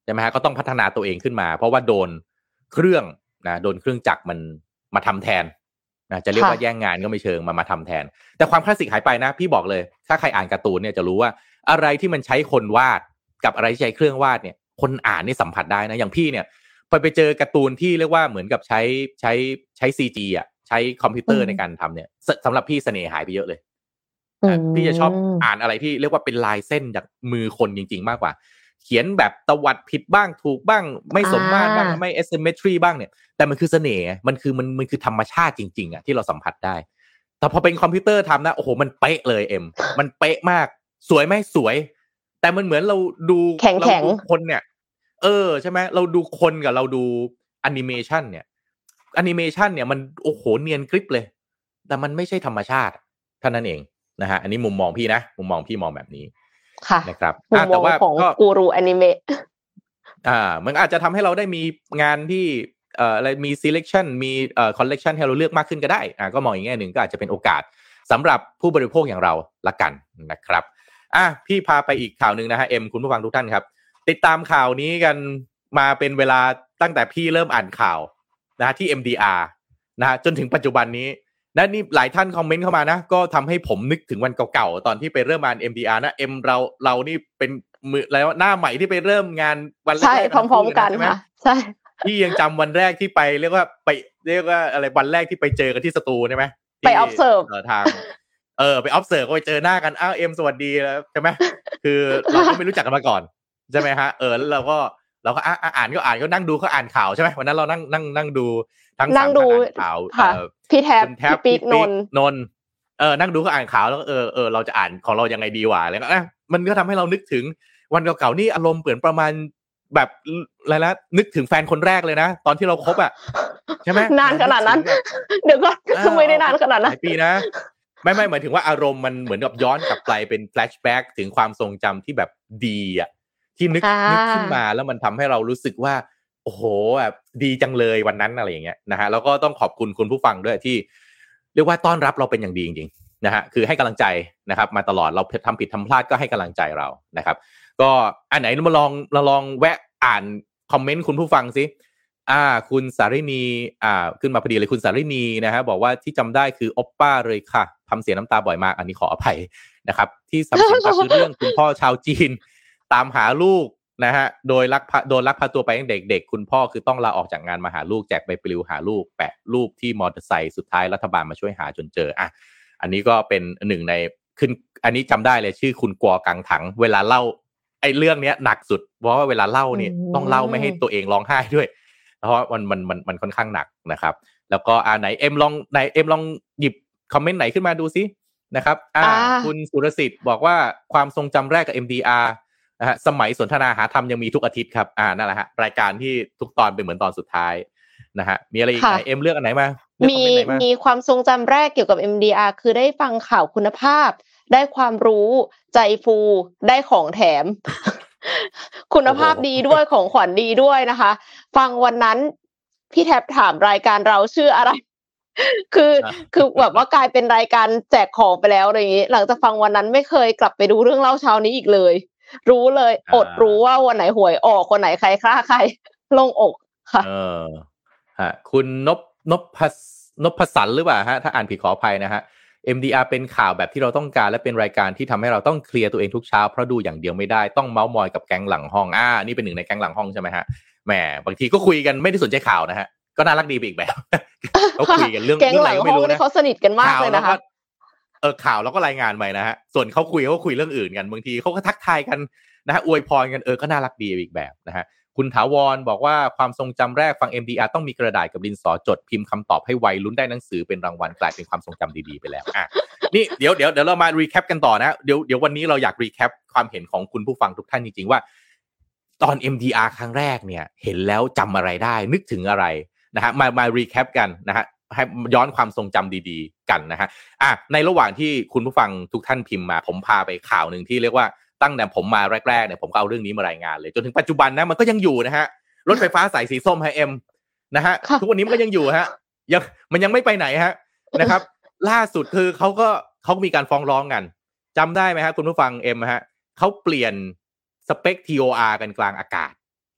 ใช่ไหมฮะก็ต้องพัฒนาตัวเองขึ้นมาเพราะว่าโดนเครื่องนะโดนเครื่องจักรมันมาทำแทนนะจะเรียกว่าแย่งงานก็ไม่เชิงมามาทำแทนแต่ความคลาสสิกหายไปนะพี่บอกเลยถ้าใครอ่านการ์ตูนเนี่ยจะรู้ว่าอะไรที่มันใช้คนวาดกับอะไรที่ใช้เครื่องวาดเนี่ยคนอ่านนี่สัมผัสได้นะอย่างพี่เนี่ยพอไปเจอการ์ตูนที่เรียกว่าเหมือนกับใช้ใช้ใช้ ซี จี อ่ะใช้คอมพิวเตอร์ในการทำเนี่ยสำหรับพี่เสน่ห์หายไปเยอะเลยพี่จะชอบอ่านอะไรที่เรียกว่าเป็นลายเส้นจากมือคนจริงๆมากกว่าเขียนแบบตวัดผิดบ้างถูกบ้างไม่สมมาตรบ้างไม่ asymmetry บ้างเนี่ยแต่มันคือเสน่ห์มันคือมันมันคือธรรมชาติจริงๆอ่ะที่เราสัมผัสได้แต่พอเป็นคอมพิวเตอร์ทำนะโอ้โหมันเป๊ะเลยเอ็มมันเป๊ะมากสวยไหมสวยแต่มันเหมือนเราดูเราดูคนเนี่ยเออใช่ไหมเราดูคนกับเราดูแอนิเมชันเนี่ยแอนิเมชันเนี่ยมันโอ้โหเนียนกริบเลยแต่มันไม่ใช่ธรรมชาติเท่านั้นเองนะฮะอันนี้มุมมองพี่นะมุมมองพี่มองแบบนี้ค่ะนะครับแต่ว่าของกูรูแอนิเมะอ่ามันอาจจะทำให้เราได้มีงานที่เอ่ออะไรมี selection มีเอ่อ collection ให้เราเลือกมากขึ้นก็ได้อ่าก็มองอีกแง่หนึ่งก็อาจจะเป็นโอกาสสำหรับผู้บริโภคอย่างเราละกันนะครับอ่ะพี่พาไปอีกข่าวนึงนะฮะเอ็มคุณผู้ฟังทุกท่านครับติดตามข่าวนี้กันมาเป็นเวลาตั้งแต่พี่เริ่มอ่านข่าวนะที่ เอ็ม ดี อาร์ นะฮะจนถึงปัจจุบันนี้นะนี่หลายท่านคอมเมนต์เข้ามานะก็ทำให้ผมนึกถึงวันเก่าๆตอนที่ไปเริ่มอ่าน เอ็ม ดี อาร์ นะเอ็มเราเรานี่เป็นมือแล้วหน้าใหม่ที่ไปเริ่มงานวันแรกใช่พร้อมๆกันค่ะใช่พี่ยังจำวันแรกที่ไปเรียกว่าไปเรียกว่าอะไรวันแรกที่ไปเจอกันที่สตูใช่ไหมไป observe ทางเออไป observe ก็ไปเจอหน้ากันอ้าวเอ็มสวัสดีแล้วใช่ไหมคือเราก็ไม่รู้จักกันมาก่อนใช่ไหมฮะเออแล้วเราก็เราก็อ่านก็อ่านก็นั่งดูเขาอ่านข่าวใช่ไหมวันนั้นเรานั่งนั่งนั่งดูทั้งสามท่านอ่านข่าวพี่แท็บพี่ปิ๊กนนนนเออนั่งดูเขาอ่านข่าวแล้วเออเออเราจะอ่านของเรายังไงดีวะอะไรก็นะมันก็ทำให้เรานึกถึงวันเก่าๆนี่อารมณ์เหมือนประมาณแบบอะไรนะนึกถึงแฟนคนแรกเลยนะตอนที่เราคบอ่ะใช่ไหมนานขนาดนั้นเดี๋ยวก็ทำไมได้นานขนาดนั้นหลายปีนะไม่ไม่หมายถึงว่าอารมณ์มันเหมือนกับย้อนกลับไปเป็นแฟลชแบ็กถึงความทรงจำที่แบบดีอ่ะที่นึกนึกขึ้นมาแล้วมันทำให้เรารู้สึกว่าโอ้โหแบบดีจังเลยวันนั้นอะไรอย่างเงี้ยนะฮะแล้วก็ต้องขอบคุณคุณผู้ฟังด้วยที่เรียกว่าต้อนรับเราเป็นอย่างดีจริงๆนะฮะคือให้กำลังใจนะครับมาตลอดเราทำผิดทำพลาดก็ให้กำลังใจเรานะครับก็อันไหนมาลองเราลองแวะอ่านคอมเมนต์คุณผู้ฟังสิอ่าคุณสารินีอ่าขึ้นมาพอดีเลยคุณสารินีนะฮะบอกว่าที่จำได้คือโอปป้าเลยค่ะทำเสียน้ำตาบ่อยมากอันนี้ขออภัยนะครับที่สำคัญก็คือเรื่องคุณพ่อชาวจีนตามหาลูกนะฮะโดยลักพาโดนลักพาตัวไปตั้งเด็กๆคุณพ่อคือต้องลาออกจากงานมาหาลูกแจกใบปลิวหาลูกแปะรูปที่มอเตอร์ไซค์สุดท้ายรัฐบาลมาช่วยหาจนเจออ่ะอันนี้ก็เป็นหนึ่งในขึ้นอันนี้จำได้เลยชื่อคุณกัวกังถังเวลาเล่าไอ้เรื่องเนี้ยหนักสุดเพราะว่าเวลาเล่านี่ต้องเล่าไม่ให้ตัวเองร้องไห้ด้วยเพราะว่ามันมันมันมันค่อนข้างหนักนะครับแล้วก็อ่าไหนเอ็มลองไหนเอ็มลองหยิบคอมเมนต์ไหนขึ้นมาดูซินะครับอ่าคุณสุรสิทธิ์บอกว่าความทรงจำแรกกับ เอ็ม ดี อาร์ นะฮะสมัยสนทนาหาธรรมยังมีทุกอาทิตย์ครับอ่านั่นแหละฮะรายการที่ทุกตอนเป็นเหมือนตอนสุดท้ายนะฮะมีอะไรอีกไหนเอ็มเลือกอันไหนมามีมีความทรงจำแรกเกี่ยวกับ เอ็ม ดี อาร์ คือได้ฟังข่าวคุณภาพได้ความรู้ใจฟูได้ของแถม คุณภาพดีด้วยของขวัญดีด้วยนะคะฟังวันนั้นพี่แท็บถามรายการเราชื่ออะไร คือคือแบบว่ากลายเป็นรายการแจกของไปแล้วอะไรอย่างนี้หลังจากฟังวันนั้นไม่เคยกลับไปดูเรื่องเล่าเช้านี้อีกเลยรู้เลยอดรู้ว่าวันไหนหวยออกคนไหนใครฆ่าใครลงอกค่ะเออฮะคุณนพนพนพสันหรือเปล่าฮะถ้าอ่านผิดขออภัยนะฮะ เอ็ม ดี อาร์ เป็นข่าวแบบที่เราต้องการและเป็นรายการที่ทำให้เราต้องเคลียร์ตัวเองทุกเช้าเพราะดูอย่างเดียวไม่ได้ต้องเม้ามอยกับแก๊งหลังห้องอ่านี่เป็นหนึ่งในแก๊งหลังห้องใช่ไหมฮะแหมบางทีก็คุยกันไม่ได้สนใจข่าวนะฮะก็น่ารักดีไปอีกแบบเขาคุยกันเรื่องแก๊งหลังห้องนี่เขาสนิทกันมากเลยนะคะเออข่าวเราก็รายงานไปนะฮะส่วนเขาคุยเขาคุยเรื่องอื่นกันบางทีเขาก็ทักทายกันนะฮะอวยพรกันเออก็น่ารักดีอีกแบบนะฮะคุณถาวรบอกว่าความทรงจำแรกฟัง เอ็ม ดี อาร์ ต้องมีกระดาษกับดินสอจดพิมพ์คำตอบให้ไวลุ้นได้หนังสือเป็นรางวัลกลายเป็นความทรงจำดีๆไปแล้วอ่ะนี่เดี๋ยวเดี๋ยวเดี๋ยวเรามารีแคปกันต่อนะเดี๋ยวเดี๋ยววันนี้เราอยากรีแคปความเห็นของคุณผู้ฟังทุกท่านจริงๆว่าตอน เอ็ม ดี อาร์ ครั้งแรกเนี่ยเห็นแล้วจำอะไรได้นึกถึงอะไรนะฮะมามารีแคปกันนะฮะให้ย้อนความทรงจำดีๆกันนะฮะอ่ะในระหว่างที่คุณผู้ฟังทุกท่านพิมพ์มาผมพาไปข่าวนึงที่เรียกว่าตั้งแต่ผมมาแรกๆเนี่ยผมก็เอาเรื่องนี้มารายงานเลยจนถึงปัจจุบันนะมันก็ยังอยู่นะฮะรถไฟฟ้าสายสีส้มฮะเอ็มนะฮะทุกวันนี้มันก็ยังอยู่ฮะยังมันยังไม่ไปไหนฮะนะครับล่าสุดคือเขาก็เขามีการฟ้องร้องกันจำได้ไหมฮะคุณผู้ฟังเอ็มฮะเขาเปลี่ยนสเปค ที โอ อาร์ กันกลางอากาศ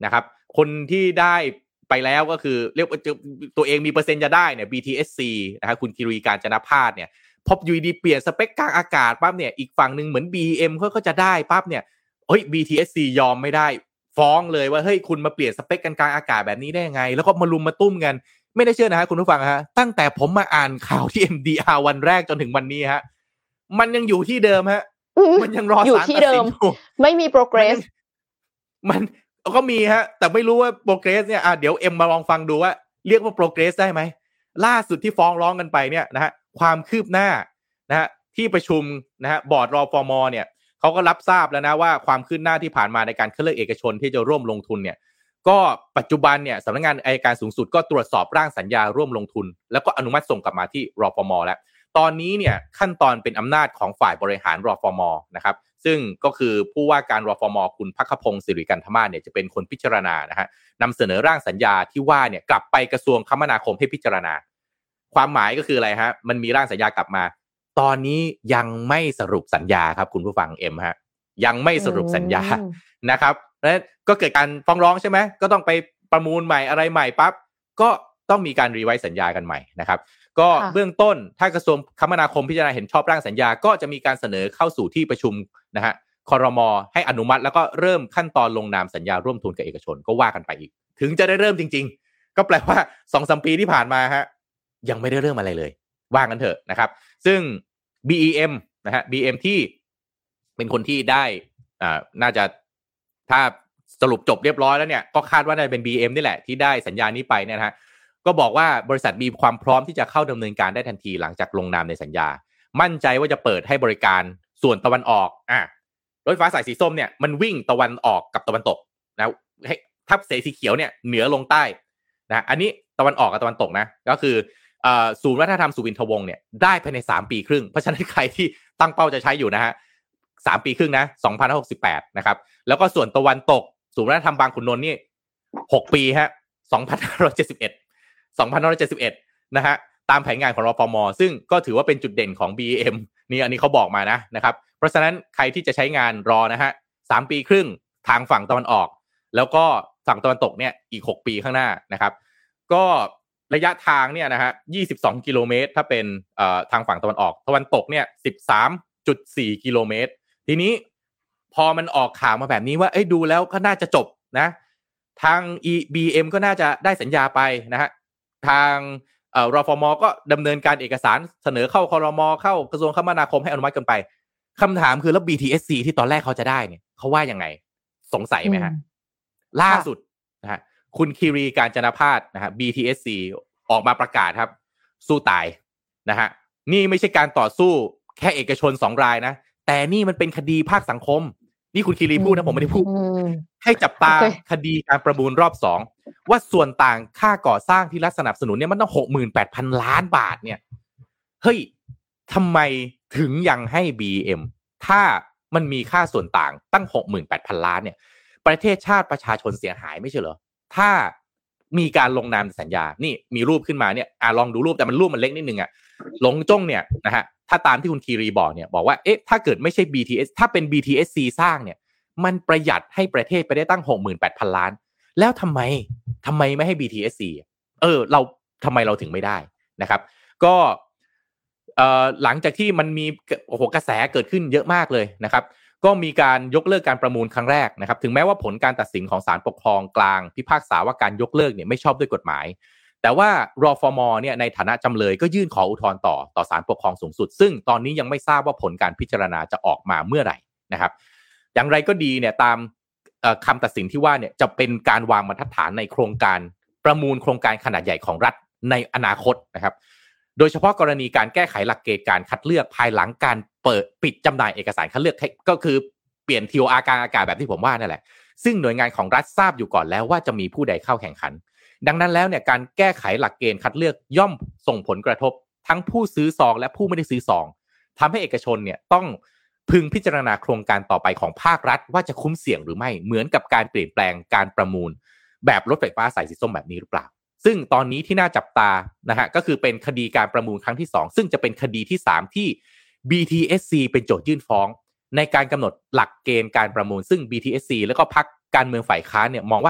นะครับคนที่ได้ไปแล้วก็คือเรียกว่าตัวเองมีเปอร์เซ็นต์จะได้เนี่ย บี ที เอส ซี นะครับคุณคิรีกาญจนพาสเนี่ยพออยู่ดีเปลี่ยนสเปคกลางอากาศปั๊บเนี่ยอีกฝั่งนึงเหมือน บี เอ็ม เขาก็จะได้ปั๊บเนี่ยเฮ้ย บี ที เอส ซี ยอมไม่ได้ฟ้องเลยว่าเฮ้ยคุณมาเปลี่ยนสเปคกันกลางอากาศแบบนี้ได้ยังไงแล้วก็มาลุมมาตุ้มกันไม่ได้เชื่อนะฮะคุณผู้ฟังฮะตั้งแต่ผมมาอ่านข่าวที่ เอ็ม ดี อาร์ วันแรกจนถึงวันนี้ฮะมันยังอยู่ที่เดิมฮะมันยังรอศาลตัดสินอยู่ไม่มี progress มันก็มีฮะแต่ไม่รู้ว่า progress เนี่ยอ่ะเดี๋ยวเอ็มมาลองฟังดูว่าเรียกว่า progress ได้ไหมล่าสุดที่ฟ้องร้องกันไปเนี่ยนะฮะความคืบหน้านะฮะที่ประชุมนะฮะบอร์ดรฟม.เนี่ยเขาก็รับทราบแล้วนะว่าความคืบหน้าที่ผ่านมาในการคัดเลือกเอกชนที่จะร่วมลงทุนเนี่ยก็ปัจจุบันเนี่ยสำนักงานอัยการสูงสุดก็ตรวจสอบร่างสัญญาร่วมลงทุนแล้วก็อนุมัติส่งกลับมาที่รฟม.แล้วตอนนี้เนี่ยขั้นตอนเป็นอำนาจของฝ่ายบริหารรฟม.นะครับซึ่งก็คือผู้ว่าการรฟม.คุณภัคพงศ์สิริกันธมาศเนี่ยจะเป็นคนพิจารณานะฮะนำเสนอร่างสัญญาที่ว่าเนี่ยกลับไปกระทรวงคมนาคมให้พิจารณาความหมายก็คืออะไรฮะมันมีร่างสัญญากลับมาตอนนี้ยังไม่สรุปสัญญาครับคุณผู้ฟังเอ็มฮะยังไม่สรุปสัญญานะครับแล้วก็เกิดการฟ้องร้องใช่ไหมก็ต้องไปประมูลใหม่อะไรใหม่ปั๊บก็ต้องมีการรีไวซ์สัญญากันใหม่นะครับก็เบื้องต้นถ้ากระทรวงคมนาคมพิจารณาเห็นชอบร่างสัญญาก็จะมีการเสนอเข้าสู่ที่ประชุมนะฮะครม.ให้อนุมัติแล้วก็เริ่มขั้นตอนลงนามสัญญาร่วมทุนกับเอกชนก็ว่ากันไปอีกถึงจะได้เริ่มจริงๆก็แปลว่า สองถึงสาม ปีที่ผ่านมาฮะยังไม่ได้เริ่มอะไรเลยว่ากันเถอะนะครับซึ่ง บี อี เอ็ม นะฮะ บี เอ็ม ที่เป็นคนที่ได้อ่าน่าจะถ้าสรุปจบเรียบร้อยแล้วเนี่ยก็คาดว่าน่าจะเป็น บี เอ็ม นี่แหละที่ได้สัญญานี้ไปเนี่ยนะฮะก็บอกว่าบริษัทมีความพร้อมที่จะเข้าดำเนินการได้ทันทีหลังจากลงนามในสัญญามั่นใจว่าจะเปิดให้บริการส่วนตะวันออกอ่ะรถไฟฟ้าสายสีส้มเนี่ยมันวิ่งตะวันออกกับตะวันตกนะให้ทับเสสีเขียวเนี่ยเหนือลงใต้นะอันนี้ตะวันออกกับตะวันตกนะก็คือเอ่อศูนย์วัฒนธรรมสุวินทวงศ์เนี่ยได้ภายในสามปีครึ่งเพราะฉะนั้นใครที่ตั้งเป้าจะใช้อยู่นะฮะสามปีครึ่งนะสองพันห้าร้อยหกสิบแปดนะครับแล้วก็ส่วนตะวันตกศูนย์วัฒนธรรมบางขุนนนท์นี่หกปีฮะสองพันห้าร้อยเจ็ดสิบเอ็ด สองพันห้าร้อยเจ็ดสิบเอ็ดนะฮะตามแผนงานของรฟม.ซึ่งก็ถือว่าเป็นจุดเด่นของ บี อี เอ็ม นี่อันนี้เขาบอกมานะนะครับเพราะฉะนั้นใครที่จะใช้งานรอนะฮะสามปีครึ่งทางฝั่งตะวันออกแล้วก็ฝั่งตะวันตกเนี่ยอีกหกปีข้างหน้านะครับก็ระยะทางเนี่ยนะฮะยี่สิบสองกิโลเมตรถ้าเป็นเอ่อทางฝั่งตะวันออกตะวันตกเนี่ย สิบสามจุดสี่ กิโลเมตรทีนี้พอมันออกข่าวมาแบบนี้ว่าเอ้ยดูแล้วก็น่าจะจบนะทาง บี เอ็ม ก็น่าจะได้สัญญาไปนะฮะทางเอ่อรฟม.ก็ดำเนินการเอกสารเสนอเข้าครม.เข้ากระทรวงคมนาคมให้อนุมัติกันไปคำถามคือแล้ว บี ที เอส ซี ที่ตอนแรกเขาจะได้เนี่ยเขาว่ายังไงสงสัยไหมฮะล่าสุดนะฮะคุณคิรีกาญจนพาสนะฮะ บี ที เอส ซี ออกมาประกาศครับสู้ตายนะฮะนี่ไม่ใช่การต่อสู้แค่เอกชนสองรายนะแต่นี่มันเป็นคดีภาคสังคมนี่คุณคิรีพูดนะผมไม่ได้พูดให้จับตา okay. คดีการประมูลรอบสองว่าส่วนต่างค่าก่อสร้างที่รัฐสนับสนุนเนี่ยมันต้อง หกหมื่นแปดพัน ล้านบาทเนี่ยเฮ้ยทำไมถึงยังให้ บี เอ็ม ถ้ามันมีค่าส่วนต่างตั้ง หกหมื่นแปดพัน ล้านเนี่ยประเทศชาติประชาชนเสียหายไม่ใช่เหรอถ้ามีการลงนามสัญญานี่มีรูปขึ้นมาเนี่ยอ่ะลองดูรูปแต่มันรูปมันเล็กนิดนึงอ่ะหลงจ้งเนี่ยนะฮะถ้าตามที่คุณคีรีบอกเนี่ยบอกว่าเอ๊ะถ้าเกิดไม่ใช่ บี ที เอส ถ้าเป็น บี ที เอส ซี สร้างเนี่ยมันประหยัดให้ประเทศไปได้ตั้ง หกหมื่นแปดพัน ล้านแล้วทำไมทำไมไม่ให้ บี ที เอส ซี เออเราทำไมเราถึงไม่ได้นะครับก็เอ่อหลังจากที่มันมีโอ้โหกระแสเกิดขึ้นเยอะมากเลยนะครับก็มีการยกเลิกการประมูลครั้งแรกนะครับถึงแม้ว่าผลการตัดสินของศาลปกครองกลางพิพากษาว่าการยกเลิกเนี่ยไม่ชอบด้วยกฎหมายแต่ว่ารฟม.เนี่ยในฐานะจำเลยก็ยื่นขออุทธรณ์ต่อต่อศาลปกครองสูงสุดซึ่งตอนนี้ยังไม่ทราบว่าผลการพิจารณาจะออกมาเมื่อไหร่นะครับอย่างไรก็ดีเนี่ยตามคำตัดสินที่ว่าเนี่ยจะเป็นการวางบรรทัดฐานในโครงการประมูลโครงการขนาดใหญ่ของรัฐในอนาคตนะครับโดยเฉพาะกรณีการแก้ไขหลักเกณฑ์การคัดเลือกภายหลังการเปิดปิดจำหน่ายเอกสารคัดเลือกก็คือเปลี่ยน ที โอ อาร์ กลางอากาศแบบที่ผมว่านั่นแหละซึ่งหน่วยงานของรัฐทราบอยู่ก่อนแล้วว่าจะมีผู้ใดเข้าแข่งขันดังนั้นแล้วเนี่ยการแก้ไขหลักเกณฑ์คัดเลือกย่อมส่งผลกระทบทั้งผู้ซื้อซองและผู้ไม่ได้ซื้อซองทำให้เอกชนเนี่ยต้องพึงพิจารณาโครงการต่อไปของภาครัฐว่าจะคุ้มเสี่ยงหรือไม่เหมือนกับการเปลี่ยนแปลงการประมูลแบบรถไฟฟ้าสายสีส้มแบบนี้หรือเปล่าซึ่งตอนนี้ที่น่าจับตานะฮะก็คือเป็นคดีการประมูลครั้งที่สองซึ่งจะเป็นคดีที่สามที่ บี ที เอส ซี เป็นโจทยื่นฟ้องในการกำหนดหลักเกณฑ์การประมูลซึ่ง บี ที เอส ซี แล้วก็พรรคการเมืองฝ่ายค้านเนี่ยมองว่า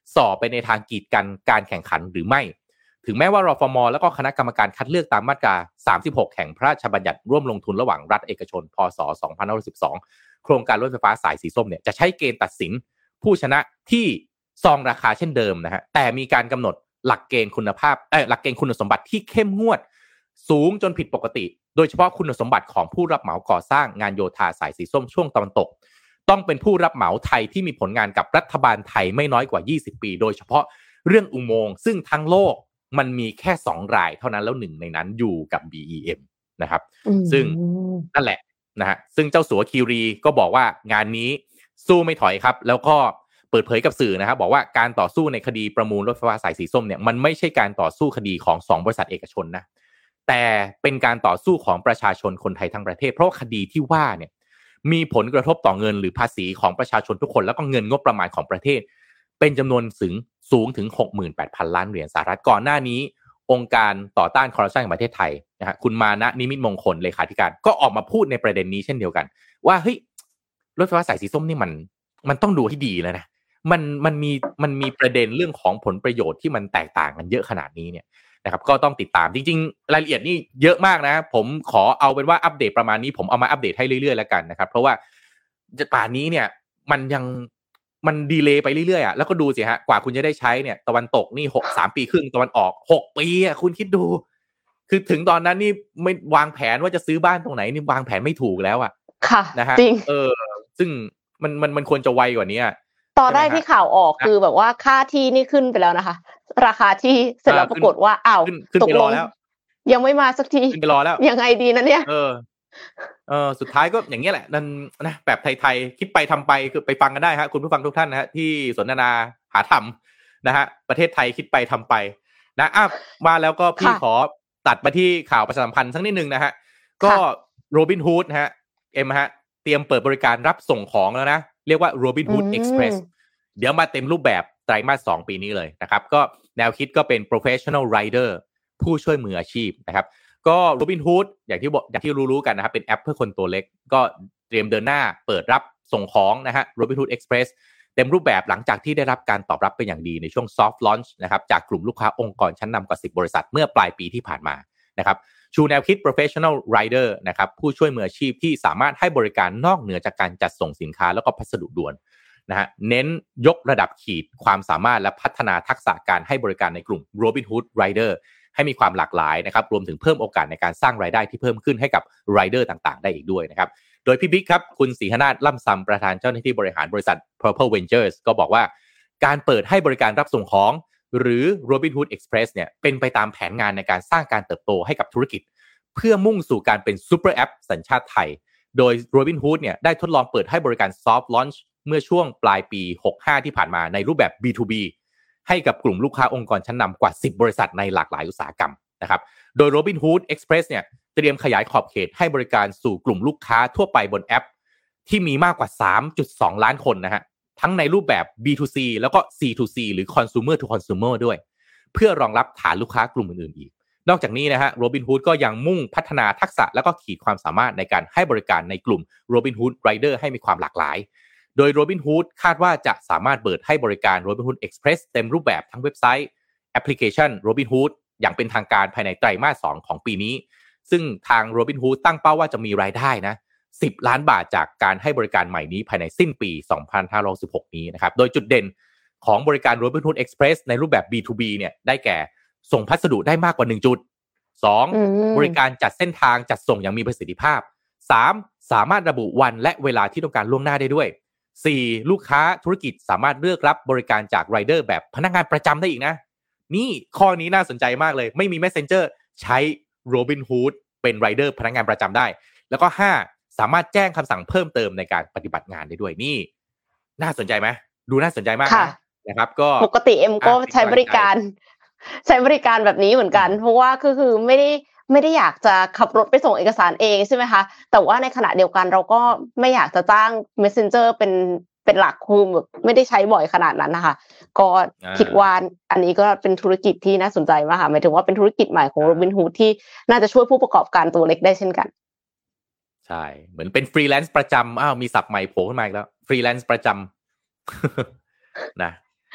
ส่อไปในทางกีดกันการแข่งขันหรือไม่ถึงแม้ว่ารฟม.แล้วก็คณะกรรมการคัดเลือกตามมาตราสามสิบหกแห่งพระราชบัญญัติร่วมลงทุนระหว่างรัฐเอกชนพ.ศ. สองพันห้าร้อยสิบสองโครงการรถไฟฟ้าสายสีส้มเนี่ยจะใช้เกณฑ์ตัดสินผู้ชนะที่ซองราคาเช่นเดิมนะฮะแต่มีการกำหนดหลักเกณฑ์คุณภาพเอ่อหลักเกณฑ์คุณสมบัติที่เข้มงวดสูงจนผิดปกติโดยเฉพาะคุณสมบัติของผู้รับเหมาก่อสร้างงานโยธาสายสีส้มช่วงตะวันตกต้องเป็นผู้รับเหมาไทยที่มีผลงานกับรัฐบาลไทยไม่น้อยกว่ายี่สิบปีโดยเฉพาะเรื่องอุโมงค์ซึ่งทั้งโลกมันมีแค่สองรายเท่านั้นแล้วหนึ่งในนั้นอยู่กับ บี อี เอ็ม นะครับซึ่งนั่นแหละนะฮะซึ่งเจ้าสัวคีรีก็บอกว่างานนี้สู้ไม่ถอยครับแล้วก็เปิดเผยกับสื่อนะครับบอกว่าการต่อสู้ในคดีประมูลรถไฟฟ้าสายสีส้มเนี่ยมันไม่ใช่การต่อสู้คดีของสองบริษัทเอกชนนะแต่เป็นการต่อสู้ของประชาชนคนไทยทั้งประเทศเพราะคดีที่ว่าเนี่ยมีผลกระทบต่อเงินหรือภาษีของประชาชนทุกคนแล้วก็เงินงบประมาณของประเทศเป็นจำนวนถึงสูงถึง หกหมื่นแปดพัน ล้านเหรียญสหรัฐก่อนหน้านี้องค์การต่อต้านคอร์รัปชันแห่งประเทศไทยนะฮะคุณมานะนิมิตมงคลเลขาธิการก็ออกมาพูดในประเด็นนี้เช่นเดียวกันว่าเฮ้ยรถไฟฟ้าสายสีส้มนี่มันมันต้องดูให้ดีแล้วนะมันมันมีมันมีประเด็นเรื่องของผลประโยชน์ที่มันแตกต่างกันเยอะขนาดนี้เนี่ยนะครับก็ต้องติดตามจริงๆรายละเอียดนี่เยอะมากนะผมขอเอาเป็นว่าอัปเดตประมาณนี้ผมเอามาอัปเดตให้เรื่อยๆแล้วกันนะครับเพราะว่าป่านนี้เนี่ยมันยังมันดีเลย์ไปเรื่อยๆอ่ะแล้วก็ดูสิฮะกว่าคุณจะได้ใช้เนี่ยตะวันตกนี่หก สามปีครึ่งตะวันออกหกปีอ่ะคุณคิดดูคือถึงตอนนั้นนี่ไม่วางแผนว่าจะซื้อบ้านตรงไหนนี่วางแผนไม่ถูกแล้วอ่ะค่ะนะฮะจริงเออซึ่งมันมันมันควรจะไวกว่านี้ตอนได้ที่ข่าวออกคือแบบว่าค่าที่นี่ขึ้นไปแล้วนะคะราคาที่เสร็จแล้วปรากฏว่าอ้าวตกลงยังไม่มาสักทีขึ้นไปรอแล้วยังไงดีนะเนี่ยเออเออสุดท้ายก็อย่างเงี้ยแหละนั่นนะแบบไทยๆคิดไปทำไปคือไปฟังกันได้ฮะคุณผู้ฟังทุกท่านนะฮะที่สนทนาหาธรรมนะฮะประเทศไทยคิดไปทำไปนะอ่ะมาแล้วก็พี่ขอตัดมาที่ข่าวประชาสัมพันธ์สักนิดนึงนะฮะก็โรบินฮูดฮะเอ็มฮะเตรียมเปิดบริการรับส่งของแล้วนะเรียกว่า Robinhood Express เดี๋ยวมาเต็มรูปแบบไตรมาสสองปีนี้เลยนะครับก็แนวคิดก็เป็น professional rider ผู้ช่วยมืออาชีพนะครับก็ Robinhood อย่างที่บอกอย่างที่รู้ๆกันนะครับเป็นแอปเพื่อคนตัวเล็กก็เตรียมเดินหน้าเปิดรับส่งของนะฮะ Robinhood Express เต็มรูปแบบหลังจากที่ได้รับการตอบรับเป็นอย่างดีในช่วง soft launch นะครับจากกลุ่มลูกค้าองค์กรชั้นนำกว่าสิบบริษัทเมื่อปลายปีที่ผ่านมานะครับชูแนวคิด professional rider นะครับผู้ช่วยมืออาชีพที่สามารถให้บริการนอกเหนือจากการจัดส่งสินค้าแล้วก็พัสดุด่วนนะฮะเน้นยกระดับขีดความสามารถและพัฒนาทักษะการให้บริการในกลุ่ม Robinhood Rider ให้มีความหลากหลายนะครับรวมถึงเพิ่มโอกาสในการสร้างรายได้ที่เพิ่มขึ้นให้กับ Rider ต่างๆได้อีกด้วยนะครับโดยพี่บิ๊กครับคุณศรีหนาถล่ำซำประธานเจ้าหน้าที่บริหารบริษัท Purple Ventures ก็บอกว่าการเปิดให้บริการรับส่งของหรือ Robinhood Express เนี่ยเป็นไปตามแผนงานในการสร้างการเติบโตให้กับธุรกิจเพื่อมุ่งสู่การเป็นซูเปอร์แอปสัญชาติไทยโดย Robinhood เนี่ยได้ทดลองเปิดให้บริการ Soft Launch เมื่อช่วงปลายปีหกสิบห้าที่ผ่านมาในรูปแบบ บี ทู บี ให้กับกลุ่มลูกค้าองค์กรชั้นนำกว่าสิบบริษัทในหลากหลายอุตสาหกรรมนะครับโดย Robinhood Express เนี่ยเตรียมขยายขอบเขตให้บริการสู่กลุ่มลูกค้าทั่วไปบนแอปที่มีมากกว่า สามจุดสอง ล้านคนนะฮะทั้งในรูปแบบ บี ทู ซี แล้วก็ ซี ทู ซี หรือ Consumer to Consumer ด้วยเพื่อรองรับฐานลูกค้ากลุ่มอื่นๆอีกนอกจากนี้นะฮะ Robinhood ก็ยังมุ่งพัฒนาทักษะและก็ขีดความสามารถในการให้บริการในกลุ่ม Robinhood Rider ให้มีความหลากหลายโดย Robinhood คาดว่าจะสามารถเปิดให้บริการ Robinhood Express เต็มรูปแบบทั้งเว็บไซต์แอปพลิเคชัน Robinhood อย่างเป็นทางการภายในไตรมาสสองของปีนี้ซึ่งทาง Robinhood ตั้งเป้าว่าจะมีรายได้นะสิบล้านบาทจากการให้บริการใหม่นี้ภายในสิ้นปีสองพันห้าร้อยสิบหกนี้นะครับโดยจุดเด่นของบริการ Robinhood Express ในรูปแบบ บี ทู บี เนี่ยได้แก่ส่งพัสดุได้มากกว่าหนึ่งจุดสองบริการจัดเส้นทางจัดส่งอย่างมีประสิทธิภาพสามสามารถระบุวันและเวลาที่ต้องการล่วงหน้าได้ด้วยสี่ลูกค้าธุรกิจสามารถเลือกรับบริการจากไรเดอร์แบบพนักงานประจำได้อีกนะนี่ข้อนี้น่าสนใจมากเลยไม่มี Messenger ใช้ Robinhood เป็นไรเดอร์พนักงานประจำได้แล้วก็ห้าสามารถแจ้งคำสั่งเพิ่มเติมในการปฏิบัติงานได้ด้วยนี่น่าสนใจไหมดูน่าสนใจมากนะนะครับก็ปกติเอ็มก็ใช้บริการใช้บริการแบบนี้เหมือนกันเพราะว่าคือคือไม่ได้ไม่ได้อยากจะขับรถไปส่งเอกสารเองใช่ไหมคะแต่ว่าในขณะเดียวกันเราก็ไม่อยากจะจ้าง Messenger เป็นเป็นหลักคือแบบไม่ได้ใช้บ่อยขนาดนั้นนะคะก็คิดว่าอันนี้ก็เป็นธุรกิจที่น่าสนใจมากค่ะหมายถึงว่าเป็นธุรกิจใหม่ของ Robinhood ที่น่าจะช่วยผู้ประกอบการตัวเล็กได้เช่นกันใช่เหมือนเป็นฟรีแลนซ์ประจำอ้าวมีศัพท์ใหม่โผล่ขึ้นมาอีกแล้วฟรีแลนซ์ประจำนะ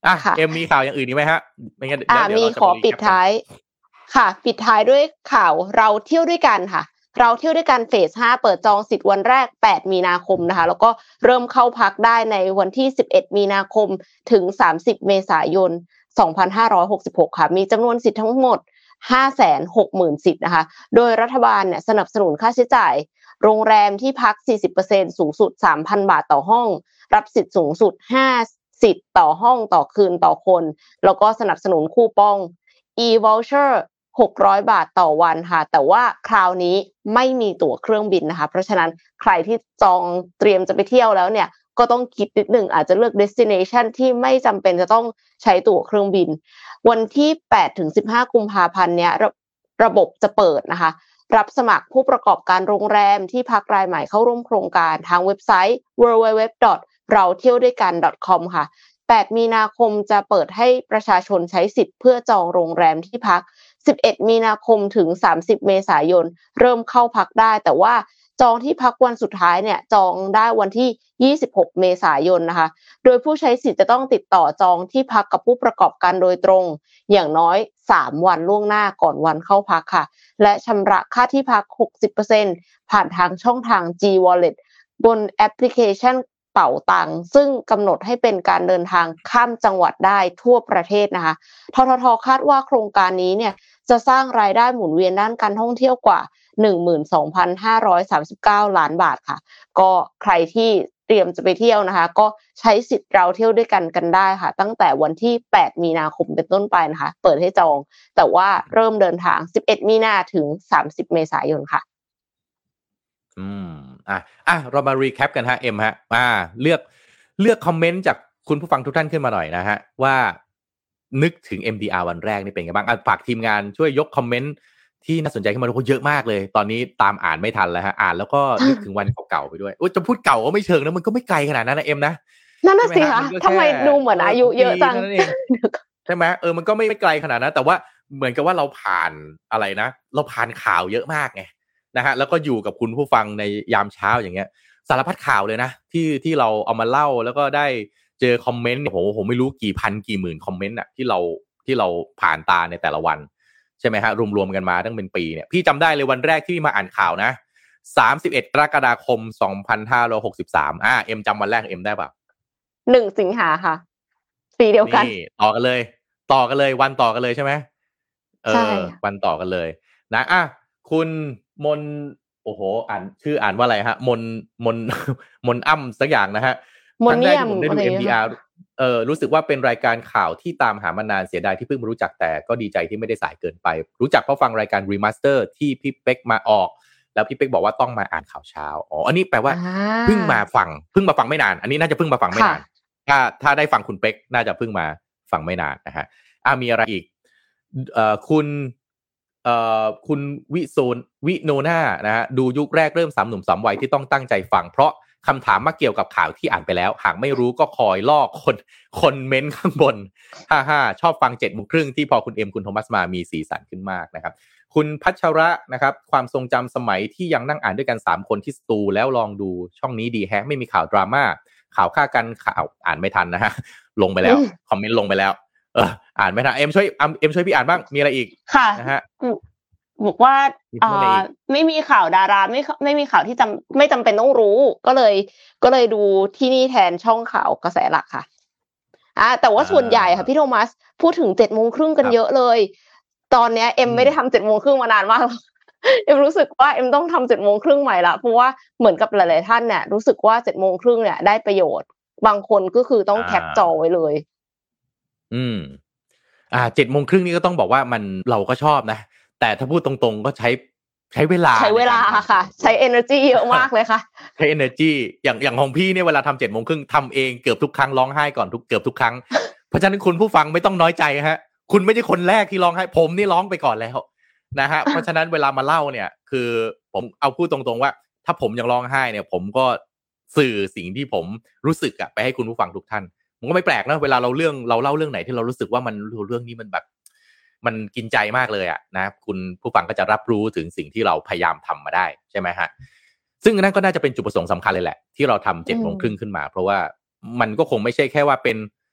อ่ะเอ็มมีข่าวอย่างอื่นอีกไหมฮะไม่งั้นเดี๋ยวเราจะขอปิดท้ายค่ะปิดท้ายด้วยข่าวเราเที่ยวด้วยกันค่ะเราเที่ยวด้วยกันเฟสห้าเปิดจองสิทธิ์วันแรกแปดมีนาคมนะคะแล้วก็เริ่มเข้าพักได้ในวันที่สิบเอ็ดมีนาคมถึงสามสิบเมษายนสองพันห้าร้อยหกสิบหกค่ะมีจำนวนสิทธิ์ทั้งหมด ห้าแสนหกหมื่น สิทธิ์นะคะโดยรัฐบาลเนี่ยสนับสนุนค่าใช้จ่ายโรงแรมที่พัก สี่สิบเปอร์เซ็นต์ สูงสุด สามพัน บาทต่อห้องรับสิทธิ์สูงสุดห้าสิทธิ์ต่อห้องต่อคืนต่อคนแล้วก็สนับสนุนคูปอง e-voucher หกร้อยบาทต่อวันค่ะแต่ว่าคราวนี้ไม่มีตั๋วเครื่องบินนะคะเพราะฉะนั้นใครที่จองเตรียมจะไปเที่ยวแล้วเนี่ยก็ต้องคิดนิดนึงอาจจะเลือก destination ที่ไม่จำเป็นจะต้องใช้ตั๋วเครื่องบินวันที่แปดถึงสิบห้ากุมภาพันธ์เนี้ยระ, ระบบจะเปิดนะคะรับสมัครผู้ประกอบการโรงแรมที่พักรายใหม่เข้าร่วมโครงการทางเว็บไซต์ ดับเบิลยู ดับเบิลยู ดับเบิลยู ดอท เราเที่ยวด้วยกัน ดอท คอม ค่ะแปดมีนาคมจะเปิดให้ประชาชนใช้สิทธิ์เพื่อจองโรงแรมที่พักสิบเอ็ดมีนาคมถึงสามสิบเมษายนเริ่มเข้าพักได้แต่ว่าจองที่พักวันสุดท้ายเนี่ยจองได้วันที่ยี่สิบหกเมษายนนะคะโดยผู้ใช้สิทธิ์จะต้องติดต่อจองที่พักกับผู้ประกอบการโดยตรงอย่างน้อยสามวันล่วงหน้าก่อนวันเข้าพักค่ะและชำระค่าที่พัก หกสิบเปอร์เซ็นต์ ผ่านทางช่องทาง G Wallet บนแอปพลิเคชันเป๋าตังค์ซึ่งกำหนดให้เป็นการเดินทางข้ามจังหวัดได้ทั่วประเทศนะคะททท.คาดว่าโครงการนี้เนี่ยจะสร้างรายได้หมุนเวียนด้านการท่องเที่ยวกว่า หนึ่งหมื่นสองพันห้าร้อยสามสิบเก้า ล้านบาทค่ะก็ใครที่เตรียมจะไปเที่ยวนะคะก็ใช้สิทธิ์เราเที่ยวด้วยกันกันได้ค่ะตั้งแต่วันที่แปดมีนาคมเป็นต้นไปนะคะเปิดให้จองแต่ว่าเริ่มเดินทางสิบเอ็ดมีนาถึงสามสิบเมษายนค่ะอืมอ่ะอ่ะเรามารีแคปกันฮะเอ็มฮะอ่าเลือกเลือกคอมเมนต์จากคุณผู้ฟังทุกท่านขึ้นมาหน่อยนะฮะว่านึกถึง เอ็ม ดี อาร์ วันแรกนี่เป็นไงบ้างอ่ะฝากทีมงานช่วยยกคอมเมนต์ที่น่าสนใจขึ้นมาดูเยอะมากเลยตอนนี้ตามอ่านไม่ทันแล้วฮะอ่านแล้วก็นึกถึงวันเก่าๆไปด้วยอุ๊ยจะพูดเก่าก็ไม่เชิงนะมันก็ไม่ไกลขนาดนั้นนะเอ็มนะนั่นน่ะสิคะทำไมดูเหมือนอายุเยอะจังใช่ไหมเออมันก็ไม่ไม่ไกลขนาดนั้นแต่ว่าเหมือนกับว่าเราผ่านอะไรนะเราผ่านข่าวเยอะมากไงนะฮะแล้วก็อยู่กับคุณผู้ฟังในยามเช้าอย่างเงี้ยสารพัดข่าวเลยนะที่ที่เราเอามาเล่าแล้วก็ได้เจอคอมเมนต์โอ้โหผมไม่รู้กี่พันกี่หมื่นคอมเมนต์อ่ะที่เราที่เราผ่านตาในแต่ละวันใช่ไหมฮะรวมๆกันมาตั้งเป็นปีเนี่ยพี่จำได้เลยวันแรกที่มาอ่านข่าวนะสามสิบเอ็ดกรกฎาคมสองพันห้าร้อยหกสิบสามอ่าเอ็มจำวันแรกเอ็มได้ป่ะหนึ่งสิงหาค่ะปีเดียวกันนี่ต่อกันเลยต่อกันเลยวันต่อกันเลยใช่ไหมเออวันต่อกันเลยนะอ่ะคุณมนโอ้โหอ่านชื่ออ่านว่าอะไรฮะมนมนมนอ้ำสักอย่างนะฮะครั้งแรกที่ผมได้ดู เอ็ม ดี อาร์ เออรู้สึกว่าเป็นรายการข่าวที่ตามหามานานเสียดายที่เพิ่งมารู้จักแต่ก็ดีใจที่ไม่ได้สายเกินไปรู้จักเพราะฟังรายการ Remaster ที่พี่เป๊กมาออกแล้วพี่เป๊กบอกว่าต้องมาอ่านข่าวเช้าอ๋ออันนี้แปลว่าเพิ่งมาฟังเพิ่งมาฟังไม่นานอันนี้น่าจะเพิ่งมาฟังไม่นานถ้าถ้าได้ฟังคุณเป๊กน่าจะเพิ่งมาฟังไม่นานนะฮะอ่ะมีอะไรอีกเอ่อคุณเอ่อคุณวิโซนวิโนนานะฮะดูยุคแรกเริ่มสามหนุ่มสามวัยที่ต้องตั้งใจฟังเพราะคำถามมาเกี่ยวกับข่าวที่อ่านไปแล้วหากไม่รู้ก็คอยลอกคนคนเม้นข้างบนฮ่าฮ่าชอบฟังเจ็ดโมงครึ่งที่พอคุณเอ็มคุณโทมัสมามีสีสันขึ้นมากนะครับคุณพัชระนะครับความทรงจำสมัยที่ยังนั่งอ่านด้วยกันสามคนที่สตูแล้วลองดูช่องนี้ดีแฮะไม่มีข่าวดราม่าข่าวฆ่ากันข่าวอ่านไม่ทันนะฮะลงไปแล้วคอมเมนต์ลงไปแล้วเอออ่านไม่ทันเอ็มช่วยเอ็มช่วยพี่อ่านบ้างมีอะไรอีกค่ะนะฮะบอกว่าอ่าไม่มีข่าวดาราไม่ไม่มีข่าวที่จำไม่จำเป็นต้องรู้ก็เลยก็เลยดูที่นี่แทนช่องข่าวกระแสหลักค่ะอ่าแต่ว่าส่วนใหญ่ค่ะพี่โทมัสพูดถึงเจ็ดโมงครึ่งกันเยอะเลยตอนเนี้ยเอ็มไม่ได้ทำเจ็ดโมงครึ่งมานานมากเอ็มรู้สึกว่าเอ็มต้องทำเจ็ดโมงครึ่งใหม่ละเพราะว่าเหมือนกับหลายๆท่านเนี่ยรู้สึกว่าเจ็ดโมงครึ่งเนี่ยได้ประโยชน์บางคนก็คือต้องแคปจอไว้เลยอืมอ่าเจ็ดโมงครึ่งนี่ก็ต้องบอกว่ามันเราก็ชอบนะแต่ถ้าพูดตรงๆก็ใช้ใช้เวลาใช้เวลาค่ะใช้ energy เยอะมากเลยค่ะใช้ energy อย่างอย่างของพี่เนี่ยเวลาทำเจ็ดโมงครึ่งทำเองเกือบทุกครั้งร้องไห้ก่อนทุกเกือบทุกครั้งเพราะฉะนั้นคุณผู้ฟังไม่ต้องน้อยใจฮะคุณไม่ใช่คนแรกที่ร้องไห้ผมนี่ร้องไปก่อนแล้วนะฮะเพราะฉะนั้นเวลามาเล่าเนี่ยคือผมเอาพูดตรงๆว่าถ้าผมยังร้องไห้เนี่ยผมก็สื่อสิ่งที่ผมรู้สึกอะไปให้คุณผู้ฟังทุกท่านผมก็ไม่แปลกนะเวลาเราเรื่องเราเล่าเรื่องไหนที่เรารู้สึกว่ามันเรื่องนี้มันแบบมันกินใจมากเลยอ่ะนะคุณผู้ฟังก็จะรับรู้ถึงสิ่งที่เราพยายามทำมาได้ใช่ไหมฮะซึ่งนั่นก็น่าจะเป็นจุดประสงค์สำคัญเลยแหละที่เราทำเจ็ดโมงครึ่งขึ้นมาเพราะว่ามันก็คงไม่ใช่แค่ว่าเป็น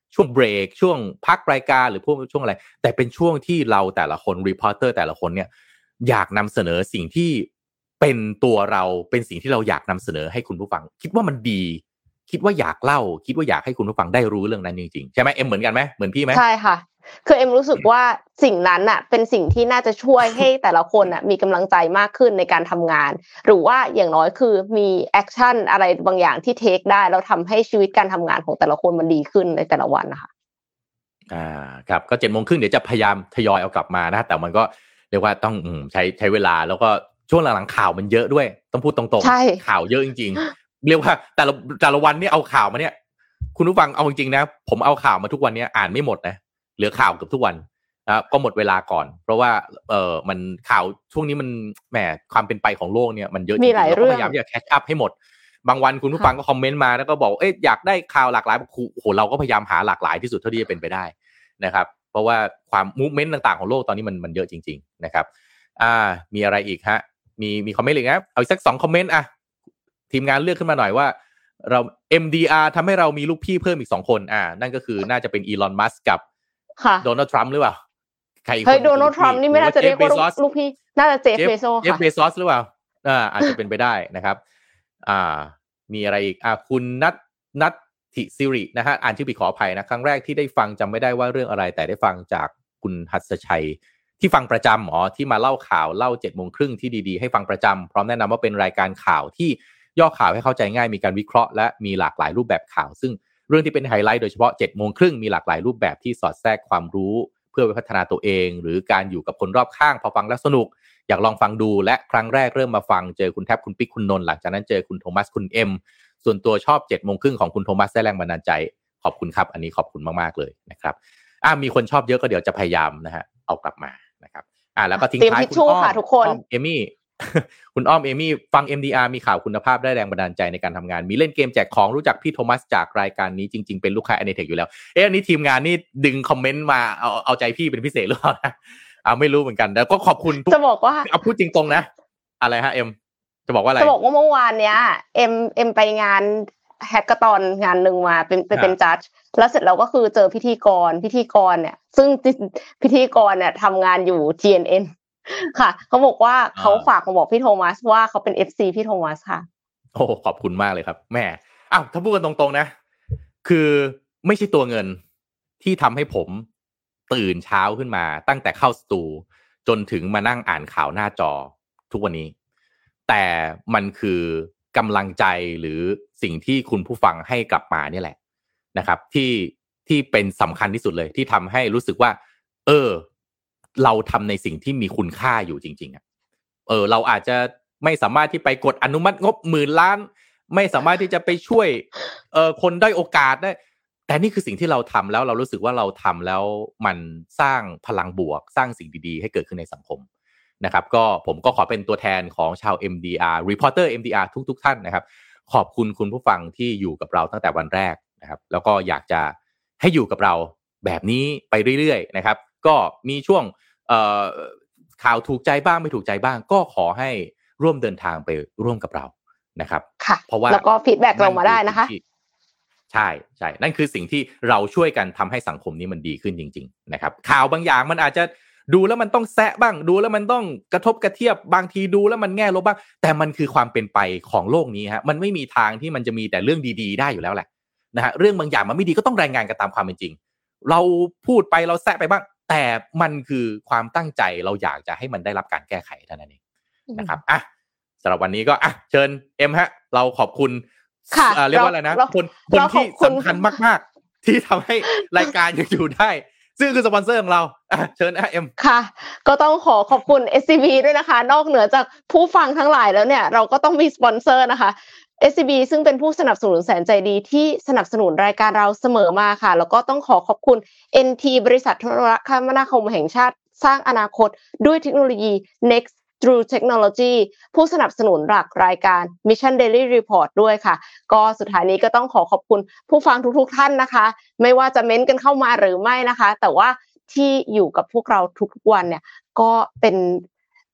ช่วงเบรกช่วงพักรายการหรือพวกช่วงอะไรแต่เป็นช่วงที่เราแต่ละคนรีพอร์เตอร์แต่ละคนเนี่ยอยากนำเสนอสิ่งที่เป็นตัวเราเป็นสิ่งที่เราอยากนำเสนอให้คุณผู้ฟังคิดว่ามันดีคิดว่าอยากเล่าคิดว่าอยากให้คุณผู้ฟังได้รู้เรื่องนั้นจริงๆใช่ไหมเอ็มเหมือนกันไหมเหมือนพี่ไหมใช่ค่ะคือเอ็มรู้สึกว่าสิ่งนั้นน่ะเป็นสิ่งที่น่าจะช่วยให้แต่ละคนน่ะมีกำลังใจมากขึ้นในการทำงานหรือว่าอย่างน้อยคือมีแอคชั่นอะไรบางอย่างที่เทคได้แล้วทำให้ชีวิตการทำงานของแต่ละคนมันดีขึ้นในแต่ละวันนะคะอ่าครับก็เจ็ดโมงครึ่งเดี๋ยวจะพยายามทยอยเอากลับมานะแต่มันก็เรียกว่าต้องอืมใช้ใช้เวลาแล้วก็ช่วงหลังๆข่าวมันเยอะด้วยต้องพูดตรงๆข่าวเยอะจริงๆเรียกว่าแต่ละแต่ละวันนี่เอาข่าวมาเนี่ยคุณผู้ฟังเอาจริงๆนะผมเอาข่าวมาทุกวันนี้อ่านไม่หมดนะเหลือข่าวเกือบทุกวันนะก็หมดเวลาก่อนเพราะว่าเออมันข่าวช่วงนี้มันแหมความเป็นไปของโลกเนี่ยมันเยอะจริงๆเราก็พยายามที่จะแคชอัพให้หมดบางวันคุณผู้ฟังก็คอมเมนต์มาแล้วก็บอกเอ๊ะอยากได้ข่าวหลากหลายโอ้โหเราก็พยายามหาหลากหลายที่สุดเท่าที่จะเป็นไปได้นะครับเพราะว่าความมูฟเมนต์ต่างๆของโลกตอนนี้มันมันเยอะจริงๆนะครับอ่ามีอะไรอีกฮะมีมีคอมเมนต์อีกนะเอาอีกสักสองคอมเมนต์อ่ะทีมงานเลือกขึ้นมาหน่อยว่าเรา เอ็ม ดี อาร์ ทำให้เรามีลูกพี่เพิ่มอีกสองคนอ่านั่นก็คือน่าจะเป็นอีลอนมัสก์กับโดนัลด์ทรัมป์หรือเปล่าใครอีกคนเฮ้ยโดนัลด์ทรัมป์นี่ไม่น่าจะเรียกว่าลูกพี่น่าจะเจฟเบโซค่ะเจฟเบซอสหรือเปล่าอ่าอาจจะเป็นไปได้นะครับอ่ามีอะไรอีกอ่าคุณนัทนัทธิสิรินะฮะอ่านชื่อผิดขออภัยนะครั้งแรกที่ได้ฟังจำไม่ได้ว่าเรื่องอะไรแต่ได้ฟังจากคุณหัสชัยที่ฟังประจำอ๋อที่มาเล่าข่าวเล่าเจ็ดโมงครึ่งที่ดีๆให้ฟังประจำพร้อมแนะนำว่าเป็นรายการข่าวที่ย่อข่าวให้เข้าใจง่ายมีการวิเคราะห์และมีหลากหลายรูปแบบข่าวซึ่งเรื่องที่เป็นไฮไลท์โดยเฉพาะเจ็ดโมงครึ่งมีหลากหลายรูปแบบที่สอดแทรกความรู้เพื่อไปพัฒนาตัวเองหรือการอยู่กับคนรอบข้างพอฟังแล้วสนุกอยากลองฟังดูและครั้งแรกเริ่มมาฟังเจอคุณแทบคุณปิ๊กคุณนนท์หลังจากนั้นเจอคุณโทมัสคุณเอ็มส่วนตัวชอบเจ็ดโมงครึ่งของคุณโทมัสได้แรงบันดาลใจขอบคุณครับอันนี้ขอบคุณมากๆเลยนะครับอ่ามีคนชอบเยอะก็เดี๋ยวจะพยายามนะฮะเอากลับมานะครับอ่าแล้วก็ทิ้งท้ายคุณอ้อมทุกคนเอมี่คุณอ้อมเอมี่ฟัง เอ็ม ดี อาร์ มีข่าวคุณภาพได้แรงบันดาลใจในการทำงานมีเล่นเกมแจกของรู้จักพี่โทมัสจากรายการนี้จริงๆเป็นลูกค้า Anitech อยู่แล้วเอ๊ะอันนี้ทีมงานนี่ดึงคอมเมนต์มาเอาเอาใจพี่เป็นพิเศษหรือเปล่านะอ่าไม่รู้เหมือนกันแต่ก็ขอบคุณจะบอกว่าเอาพูดจริงตรงนะอะไรฮะเอ็มจะบอกว่าอะไรจะบอกว่าเมื่อวานเนี้ยเอ็มเอ็มไปงานแฮกเกอร์ตอนงานนึงมาเป็นไปเป็นจัดแล้วเสร็จเราก็คือเจอพิธีกรพิธีกรเนี่ยซึ่งพิธีกรเนี่ยทำงานอยู่ ที เอ็น เอ็น ค่ะเขาบอกว่าเขาฝากมาบอกพี่โทมัสว่าเขาเป็น เอฟ ซี พี่โทมัสค่ะโอ้ขอบคุณมากเลยครับแม่อ้าวถ้าพูดกันตรงๆนะคือไม่ใช่ตัวเงินที่ทำให้ผมตื่นเช้าขึ้นมาตั้งแต่เข้าสตูจนถึงมานั่งอ่านข่าวหน้าจอทุกวันนี้แต่มันคือกำลังใจหรือสิ่งที่คุณผู้ฟังให้กลับมาเนี่ยแหละนะครับที่ที่เป็นสำคัญที่สุดเลยที่ทำให้รู้สึกว่าเออเราทำในสิ่งที่มีคุณค่าอยู่จริงๆอ่ะเออเราอาจจะไม่สามารถที่ไปกดอนุมัติงบหมื่นล้านไม่สามารถที่จะไปช่วยเอ่อคนด้อยโอกาสได้แต่นี่คือสิ่งที่เราทำแล้วเรารู้สึกว่าเราทำแล้วมันสร้างพลังบวกสร้างสิ่งดีๆให้เกิดขึ้นในสังคมนะครับก็ผมก็ขอเป็นตัวแทนของชาว เอ็ม ดี อาร์ Reporter เอ็ม ดี อาร์ ทุกๆท่านนะครับขอบคุณคุณผู้ฟังที่อยู่กับเราตั้งแต่วันแรกนะครับแล้วก็อยากจะให้อยู่กับเราแบบนี้ไปเรื่อยๆนะครับก็มีช่วงเอ่อข่าวถูกใจบ้างไม่ถูกใจบ้างก็ขอให้ร่วมเดินทางไปร่วมกับเรานะครับเพราะว่าแล้วก็ฟีดแบ็กเรามาได้นะคะใช่ใช่นั่นคือสิ่งที่เราช่วยกันทำให้สังคมนี้มันดีขึ้นจริงๆนะครับข่าวบางอย่างมันอาจจะดูแล้วมันต้องแซะบ้างดูแล้วมันต้องกระทบกระเทียบบางทีดูแล้วมันแง่ลบบ้างแต่มันคือความเป็นไปของโลกนี้ฮะมันไม่มีทางที่มันจะมีแต่เรื่องดีๆได้อยู่แล้วแหละนะฮะเรื่องบางอย่างมันไม่ดีก็ต้องรายงานกันตามความเป็นจริงเราพูดไปเราแซะไปบ้างแต่มันคือความตั้งใจเราอยากจะให้มันได้รับการแก้ไขเท่านั้นเองนะครับอ่ะสำหรับวันนี้ก็อ่ะเชิญเอ็มฮะเราขอบคุณเรียกว่าอะไรนะคนคนที่สำคัญมากๆที่ทำให้รายการยังอยู่ได้ซึ่งคือสปอนเซอร์ของเราอ่ะเชิญนะเอ็มค่ะก็ต้องขอขอบคุณ เอส ซี บี ด้วยนะคะนอกเหนือจากผู้ฟังทั้งหลายแล้วเนี่ยเราก็ต้องมีสปอนเซอร์นะคะ เอส ซี บี ซึ่งเป็นผู้สนับสนุนแสนใจดีที่สนับสนุนรายการเราเสมอมาค่ะแล้วก็ต้องขอขอบคุณ เอ็น ที บริษัทโทรคมนาคมแห่งชาติสร้างอนาคตด้วยเทคโนโลยี Next True Technology ผู้สนับสนุนหลักรายการ Mission Daily Report ด้วยค่ะก็สุดท้ายนี้ก็ต้องขอขอบคุณผู้ฟังทุกๆท่านนะคะไม่ว่าจะเม้นต์กันเข้ามาหรือไม่นะคะแต่ว่าที่อยู่กับพวกเราทุกๆวันเนี่ยก็เป็น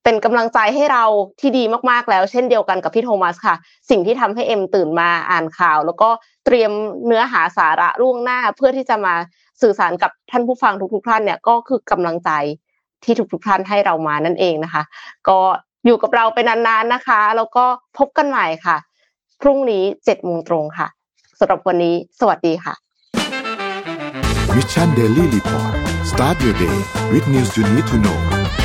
เป็นกำลังใจให้เราที่ดีมากๆแล้วเช่นเดียวกันกับพี่โทมัสค่ะสิ่งที่ทำให้เอ็มตื่นมาอ่านข่าวแล้วก็เตรียมเนื้อหาสาระล่วงหน้าเพื่อที่จะมาสื่อสารกับท่านผู้ฟังทุกๆท่านเนี่ยก็คือกำลังใจที่ทุกๆท่านให้เรามานั่นเองนะคะก็อยู่กับเราไปนานๆนะคะแล้วก็พบกันใหม่ค่ะพรุ่งนี้ เจ็ดโมง ตรงค่ะสำหรับวันนี้สวัสดีค่ะ Mission Daily Report Start your day with news you need to know